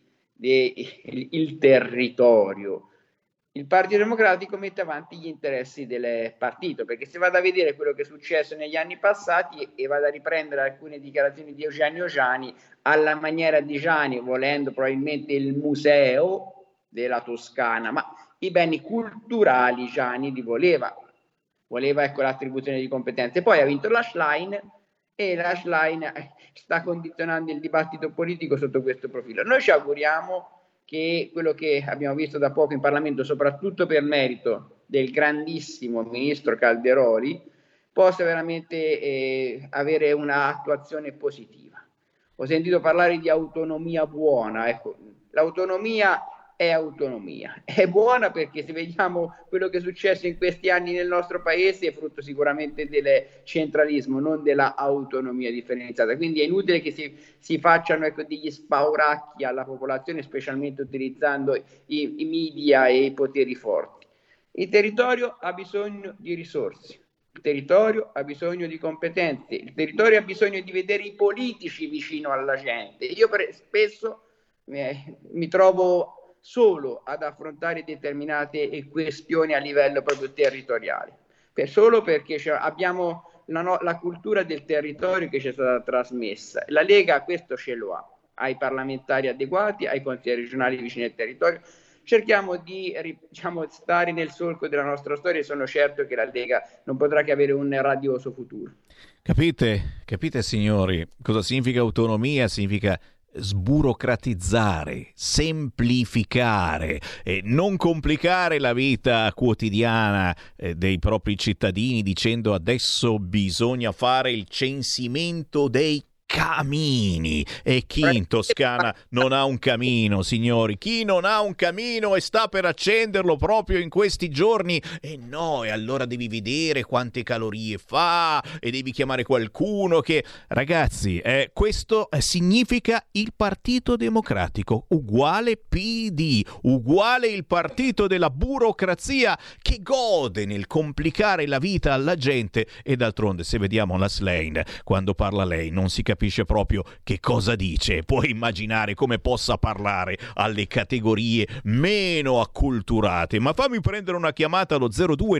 del territorio. Il Partito Democratico mette avanti gli interessi del partito, perché se vado a vedere quello che è successo negli anni passati e vado a riprendere alcune dichiarazioni di Eugenio Giani, alla maniera di Giani, volendo probabilmente il museo della Toscana, ma i beni culturali Giani li voleva l'attribuzione di competenze. Poi ha vinto la Schlein e la Schlein sta condizionando il dibattito politico sotto questo profilo. Noi ci auguriamo che quello che abbiamo visto da poco in Parlamento, soprattutto per merito del grandissimo ministro Calderoli, possa veramente avere un'attuazione positiva. Ho sentito parlare di autonomia buona, ecco, l'autonomia è autonomia, è buona perché se vediamo quello che è successo in questi anni nel nostro paese è frutto sicuramente del centralismo, non della autonomia differenziata, quindi è inutile che si facciano degli spauracchi alla popolazione, specialmente utilizzando i media e i poteri forti. Il territorio ha bisogno di risorse, il territorio ha bisogno di competenze, il territorio ha bisogno di vedere i politici vicino alla gente. Io spesso mi trovo solo ad affrontare determinate questioni a livello proprio territoriale, solo perché abbiamo la cultura del territorio che ci è stata trasmessa. La Lega questo ce lo ha i parlamentari adeguati, ai consiglieri regionali vicini al territorio, cerchiamo di stare nel solco della nostra storia e sono certo che la Lega non potrà che avere un radioso futuro. Capite signori, cosa significa autonomia? Significa sburocratizzare, semplificare e non complicare la vita quotidiana dei propri cittadini dicendo adesso bisogna fare il censimento dei camini. E chi in Toscana non ha un camino, signori? Chi non ha un camino e sta per accenderlo proprio in questi giorni? E no, e allora devi vedere quante calorie fa e devi chiamare qualcuno che... Ragazzi, questo significa il Partito Democratico, uguale PD, uguale il partito della burocrazia che gode nel complicare la vita alla gente. E d'altronde, se vediamo la Slane, quando parla lei non si capisce proprio che cosa dice. Puoi immaginare come possa parlare alle categorie meno acculturate. Ma fammi prendere una chiamata allo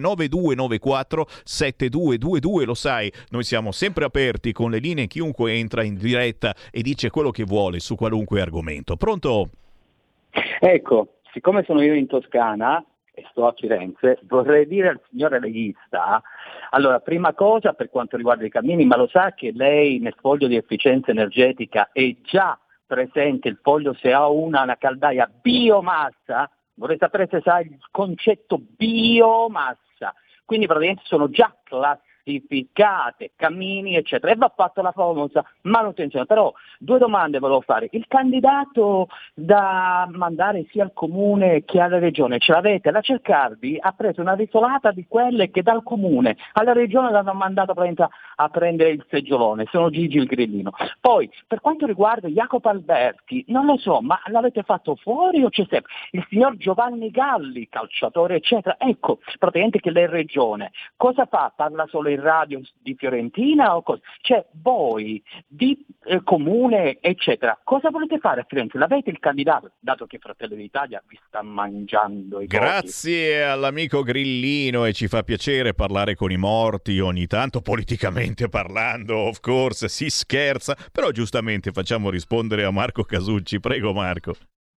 0292947222. Lo sai, noi siamo sempre aperti con le linee, chiunque entra in diretta e dice quello che vuole su qualunque argomento. Pronto? Ecco, siccome sono io in Toscana e sto a Firenze, vorrei dire al signore leghista, allora, prima cosa per quanto riguarda i cammini, ma lo sa che lei nel foglio di efficienza energetica è già presente il foglio se ha una caldaia biomassa? Vorrei sapere se sa il concetto biomassa, quindi praticamente sono già classificate, cammini eccetera, e va fatta la famosa manutenzione. Però due domande volevo fare: il candidato da mandare sia al comune che alla regione ce l'avete? La Cercardi ha preso una risolata di quelle che dal comune alla regione l'hanno mandato a prendere il seggiolone, sono Gigi il Grillino. Poi per quanto riguarda Jacopo Alberti, non lo so, ma l'avete fatto fuori o c'è sempre il signor Giovanni Galli, calciatore eccetera? Ecco, praticamente che lei è regione, cosa fa? Parla solo in radio di Fiorentina o cosa? Cioè voi di comune eccetera, cosa volete fare a Firenze? L'avete il candidato, dato che Fratelli d'Italia vi sta mangiando i Grazie all'amico Grillino, e ci fa piacere parlare con i morti ogni tanto, politicamente parlando, of course, si scherza, però giustamente facciamo rispondere a Marco Casucci. Prego Marco.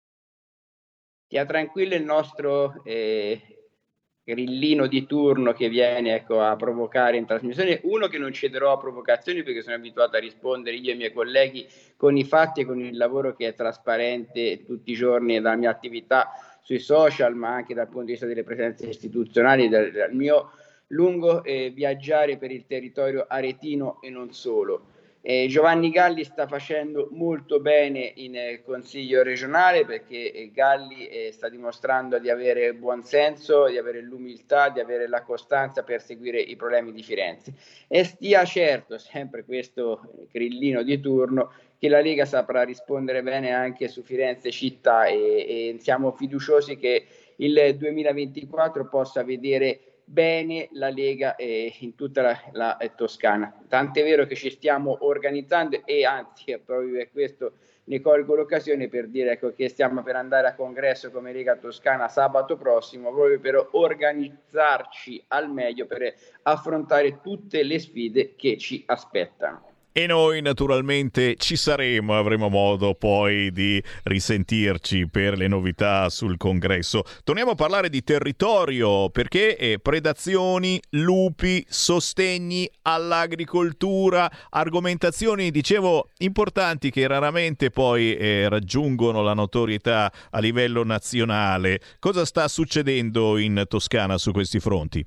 Stia tranquillo il nostro Grillino di turno che viene a provocare in trasmissione, uno che non cederò a provocazioni perché sono abituato a rispondere io e i miei colleghi con i fatti e con il lavoro che è trasparente tutti i giorni dalla mia attività sui social, ma anche dal punto di vista delle presenze istituzionali, dal mio lungo viaggiare per il territorio aretino e non solo. Giovanni Galli sta facendo molto bene in Consiglio regionale, perché Galli sta dimostrando di avere buon senso, di avere l'umiltà, di avere la costanza per seguire i problemi di Firenze, e stia certo, sempre questo Grillino di turno, che la Lega saprà rispondere bene anche su Firenze città, e siamo fiduciosi che il 2024 possa vedere bene la Lega in tutta la Toscana. Tant'è vero che ci stiamo organizzando, e anzi proprio per questo ne colgo l'occasione per dire che stiamo per andare a congresso come Lega Toscana sabato prossimo, proprio per organizzarci al meglio per affrontare tutte le sfide che ci aspettano. E noi naturalmente ci saremo, avremo modo poi di risentirci per le novità sul congresso. Torniamo a parlare di territorio, perché predazioni, lupi, sostegni all'agricoltura, argomentazioni, dicevo, importanti che raramente poi raggiungono la notorietà a livello nazionale. Cosa sta succedendo in Toscana su questi fronti?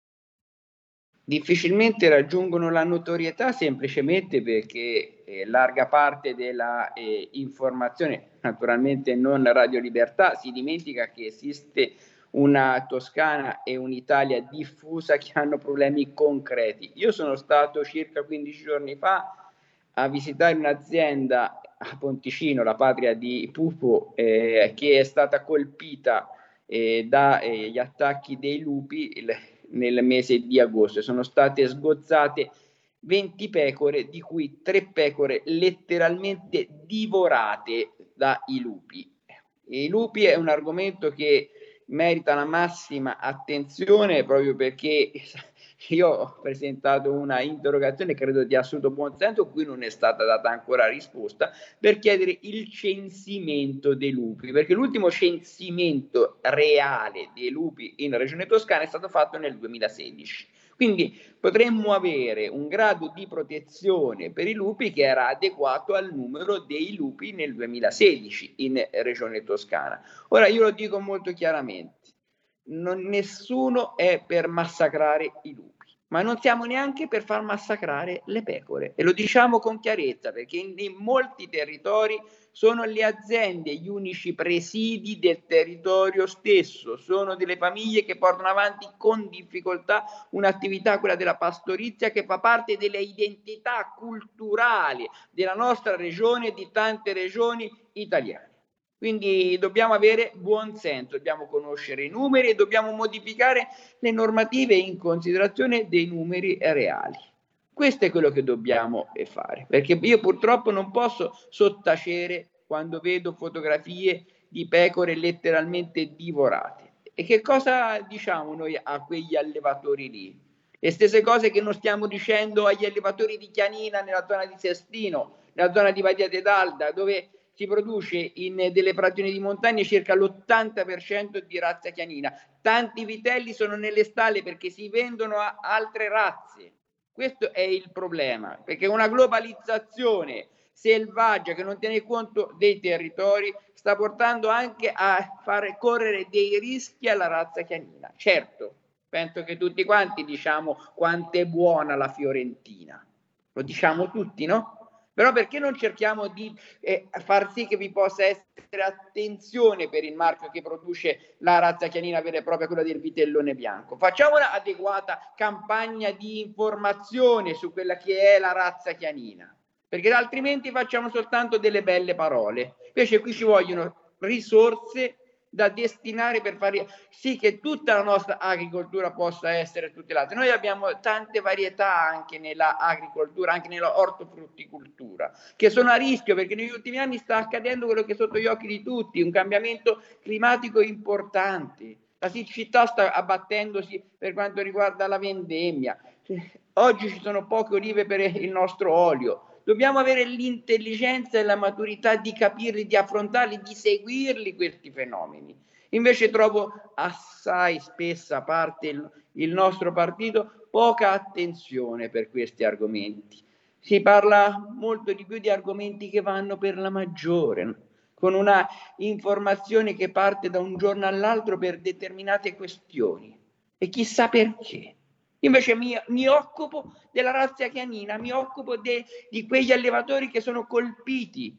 Difficilmente raggiungono la notorietà semplicemente perché larga parte della informazione, naturalmente non Radio Libertà, si dimentica che esiste una Toscana e un'Italia diffusa che hanno problemi concreti. Io sono stato circa 15 giorni fa a visitare un'azienda a Ponticino, la patria di Pupo, che è stata colpita dagli attacchi dei lupi nel mese di agosto. Sono state sgozzate 20 pecore, di cui 3 pecore letteralmente divorate dai lupi. I lupi è un argomento che merita la massima attenzione, proprio perché io ho presentato una interrogazione, credo di assoluto buon senso, cui non è stata data ancora risposta, per chiedere il censimento dei lupi, perché l'ultimo censimento reale dei lupi in Regione Toscana è stato fatto nel 2016. Quindi potremmo avere un grado di protezione per i lupi che era adeguato al numero dei lupi nel 2016 in Regione Toscana. Ora io lo dico molto chiaramente, nessuno è per massacrare i lupi, ma non siamo neanche per far massacrare le pecore, e lo diciamo con chiarezza, perché in molti territori sono le aziende gli unici presidi del territorio stesso, sono delle famiglie che portano avanti con difficoltà un'attività, quella della pastorizia, che fa parte delle identità culturali della nostra regione e di tante regioni italiane. Quindi dobbiamo avere buon senso, dobbiamo conoscere i numeri e dobbiamo modificare le normative in considerazione dei numeri reali. Questo è quello che dobbiamo fare, perché io purtroppo non posso sottacere quando vedo fotografie di pecore letteralmente divorate. E che cosa diciamo noi a quegli allevatori lì? Le stesse cose che non stiamo dicendo agli allevatori di Chianina nella zona di Sestino, nella zona di Badia d'Alda, dove si produce in delle frazioni di montagna circa l'80% di razza chianina. Tanti vitelli sono nelle stalle perché si vendono a altre razze. Questo è il problema, perché una globalizzazione selvaggia che non tiene conto dei territori sta portando anche a fare correre dei rischi alla razza chianina. Certo, penso che tutti quanti diciamo quanto è buona la fiorentina, lo diciamo tutti, no? Però perché non cerchiamo di far sì che vi possa essere attenzione per il marchio che produce la razza chianina vera e propria, quella del vitellone bianco? Facciamo un'adeguata campagna di informazione su quella che è la razza chianina, perché altrimenti facciamo soltanto delle belle parole. Invece qui ci vogliono risorse da destinare per fare sì che tutta la nostra agricoltura possa essere tutelata. Noi abbiamo tante varietà anche nella agricoltura, anche nella ortofrutticoltura, che sono a rischio, perché negli ultimi anni sta accadendo quello che è sotto gli occhi di tutti, un cambiamento climatico importante. La siccità sta abbattendosi per quanto riguarda la vendemmia. Oggi ci sono poche olive per il nostro olio. Dobbiamo avere l'intelligenza e la maturità di capirli, di affrontarli, di seguirli questi fenomeni. Invece trovo assai spessa parte il nostro partito poca attenzione per questi argomenti. Si parla molto di più di argomenti che vanno per la maggiore, con una informazione che parte da un giorno all'altro per determinate questioni. E chissà perché. Invece mi occupo della razza chianina, mi occupo di quegli allevatori che sono colpiti,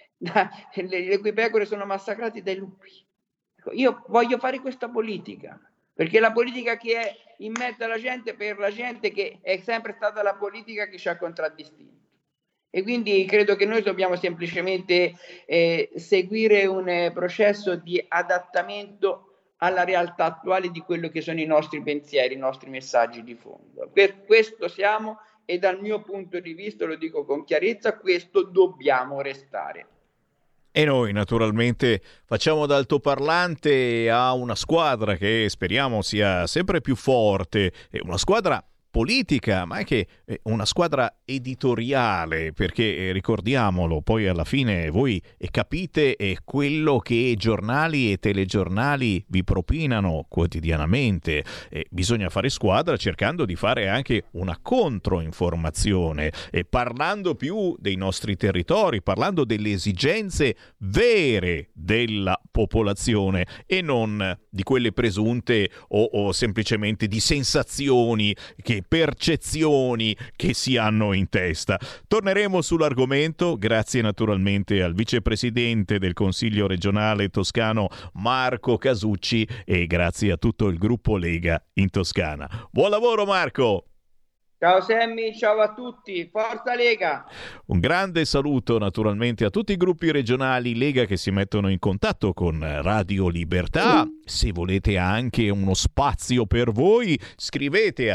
le cui pecore sono massacrate dai lupi. Io voglio fare questa politica, perché la politica che è in mezzo alla gente, per la gente, che è sempre stata la politica che ci ha contraddistinto. E quindi credo che noi dobbiamo semplicemente seguire un processo di adattamento alla realtà attuale di quello che sono i nostri pensieri, i nostri messaggi di fondo. Per questo siamo, e dal mio punto di vista, lo dico con chiarezza, questo dobbiamo restare. E noi naturalmente facciamo da altoparlante a una squadra che speriamo sia sempre più forte, una squadra politica, ma anche una squadra editoriale, perché ricordiamolo, poi alla fine voi capite quello che giornali e telegiornali vi propinano quotidianamente. Bisogna fare squadra cercando di fare anche una controinformazione, parlando più dei nostri territori, parlando delle esigenze vere della popolazione e non di quelle presunte o semplicemente di sensazioni, percezioni che si hanno in testa. Torneremo sull'argomento grazie naturalmente al vicepresidente del Consiglio regionale toscano Marco Casucci e grazie a tutto il gruppo Lega in Toscana. Buon lavoro Marco! Ciao Sammy, ciao a tutti, forza Lega! Un grande saluto naturalmente a tutti i gruppi regionali Lega che si mettono in contatto con Radio Libertà, se volete anche uno spazio per voi, scrivete a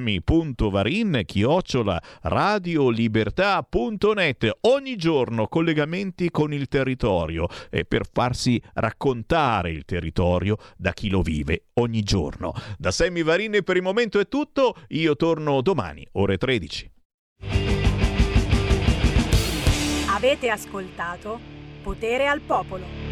sammy.varin@radiolibertà.net. Ogni giorno collegamenti con il territorio per farsi raccontare il territorio da chi lo vive ogni giorno. Da Sammy Varin per il momento è tutto, io torno domani, ore 13. Avete ascoltato Potere al Popolo.